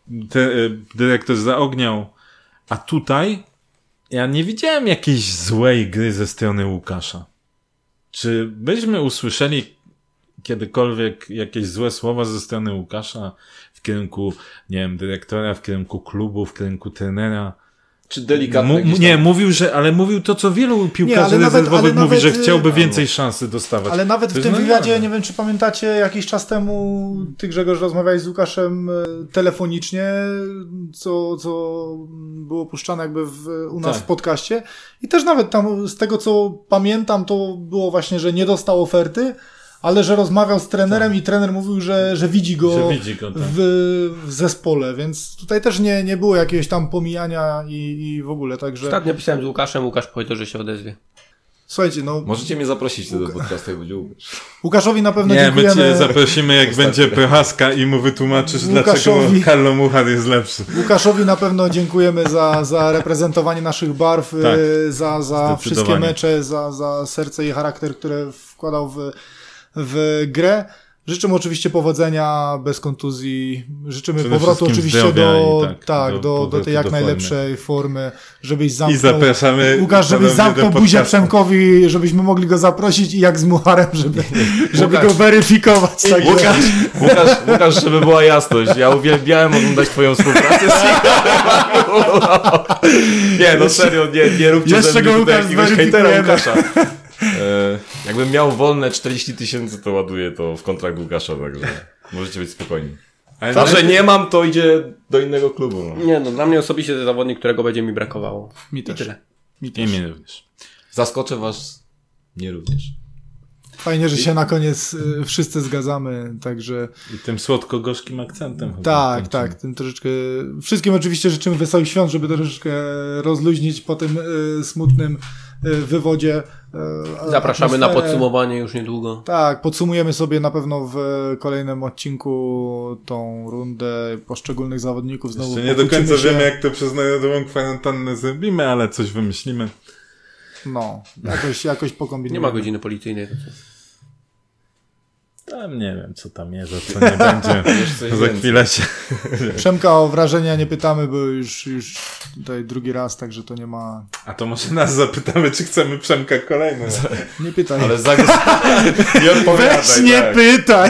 dyrektor zaogniał, a tutaj ja nie widziałem jakiejś złej gry ze strony Łukasza. Czy byśmy usłyszeli kiedykolwiek jakieś złe słowa ze strony Łukasza w kierunku, nie wiem, dyrektora, w kierunku klubu, w kierunku trenera? Czy delikatnie Nie, mówił to, co wielu piłkarzy rezerwowych mówi, że chciałby więcej szansy dostawać. Ale nawet w tym wywiadzie, nie wiem, czy pamiętacie, jakiś czas temu ty, Grzegorz, rozmawiałeś z Łukaszem telefonicznie, co było puszczane jakby u nas w podcaście i też nawet tam z tego, co pamiętam, to było właśnie, że nie dostał oferty, ale że rozmawiał z trenerem i trener mówił, że widzi go, w zespole, więc tutaj też nie było jakiegoś tam pomijania i w ogóle, także... Ostatnio pisałem z Łukaszem, Łukasz powiedział, że się odezwie. Słuchajcie, no... Możecie mnie zaprosić do podcastu, jak będzie Łukasz. Łukaszowi na pewno dziękujemy. My cię zaprosimy, jak będzie Prochaska i mu wytłumaczysz, dlaczego Carlo Muchar jest lepszy. Łukaszowi na pewno dziękujemy za reprezentowanie naszych barw, za wszystkie mecze, za serce i charakter, które wkładał w grę. Życzymy oczywiście powodzenia, bez kontuzji. Życzymy powrotu oczywiście do tej jak najlepszej formy, żebyś zamknął. I zapraszamy. Łukasz, żebyś zamknął buzię Przemkowi, żebyśmy mogli go zaprosić i jak z Mucharem, żeby go weryfikować. Łukasz, żeby była jasność. Ja uwielbiałem oglądać twoją współpracę z Nie, no serio, nie róbcie jeszcze go Łukasz hejtera Łukasza. Jakbym miał wolne 40 000, to ładuję to w kontrakt Łukasza, także możecie być spokojni. A że nie mam, to idzie do innego klubu. No. Nie, no dla mnie osobiście to zawodnik, którego będzie mi brakowało. Mi też. Tyle. I mnie również. Zaskoczę was, nie również. Fajnie, że się na koniec wszyscy zgadzamy, także... I tym słodko-gorzkim akcentem. Tak, tym troszeczkę... Wszystkim oczywiście życzymy wesołych świąt, żeby troszeczkę rozluźnić po tym smutnym wywodzie. Zapraszamy na podsumowanie już niedługo. Tak, podsumujemy sobie na pewno w kolejnym odcinku tą rundę poszczególnych zawodników. Znowu jeszcze nie do końca wiemy, jak to przez narodową kwarantannę zrobimy, ale coś wymyślimy. No, jakoś pokombinujemy. Nie ma godziny policyjnej. Tam nie wiem, co tam jest, a co nie będzie. Za chwilę się... Przemka o wrażenia nie pytamy, bo już tutaj drugi raz, także to nie ma... A to może nas zapytamy, czy chcemy Przemka kolejny. Nie pytaj. Ale nie odpowiadaj. Weź nie pytaj!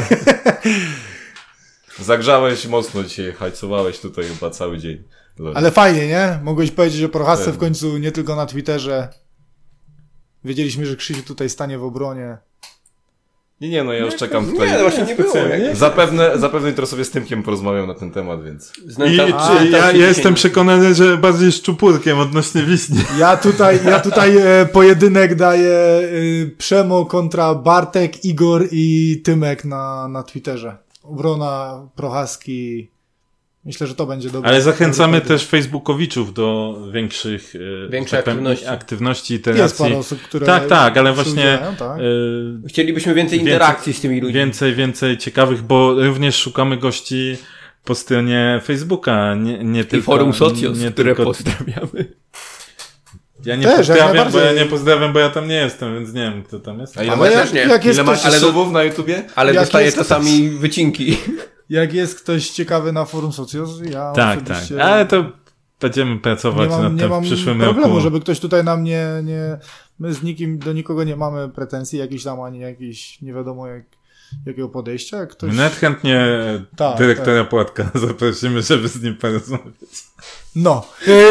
Zagrzałeś mocno dzisiaj, hajcowałeś tutaj chyba cały dzień. Ale fajnie, nie? Mogłeś powiedzieć o Prochasce w końcu nie tylko na Twitterze. Wiedzieliśmy, że Krzysiu tutaj stanie w obronie. Nie, no ja już czekam tutaj. Nie, no właśnie nie było. Zapewne jutro sobie z Tymkiem porozmawiam na ten temat, więc... Ja jestem przekonany, że bardziej szczupurkiem odnośnie Wiśni. Ja tutaj pojedynek daję Przemo kontra Bartek, Igor i Tymek na Twitterze. Obrona Prochaski. Myślę, że to będzie dobre. Ale zachęcamy też facebookowiczów do większej aktywności, iteracji. Jest parę osób, które tak, ale właśnie tak. Chcielibyśmy więcej interakcji z tymi ludźmi. Więcej ciekawych, bo również szukamy gości po stronie Facebooka, nie tylko... I forum Socios, które tylko... pozdrawiamy. Ja nie pozdrawiam, bo ja tam nie jestem, więc nie wiem, kto tam jest. A ile ale macie, jak jest ile macie ktoś, subów na YouTubie? Ale Jak dostaję jest czasami wycinki. jak jest ktoś ciekawy na forum Socios, ja Tak, osobiście ale to będziemy pracować nad tym w przyszłym problemu, roku. żeby ktoś tutaj nam nie... My z nikim, do nikogo nie mamy pretensji, jakichś tam, ani jakiś, nie wiadomo jakiego podejścia. Jak ktoś... My chętnie dyrektora Płatka zaprosimy, żeby z nim porozmawiać. No.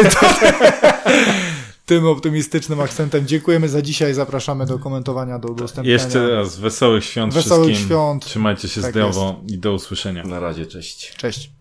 Tym optymistycznym akcentem dziękujemy za dzisiaj. Zapraszamy do komentowania, do udostępniania. Jeszcze raz wesołych świąt wszystkim. Trzymajcie się zdrowo i do usłyszenia. Na razie, cześć. Cześć.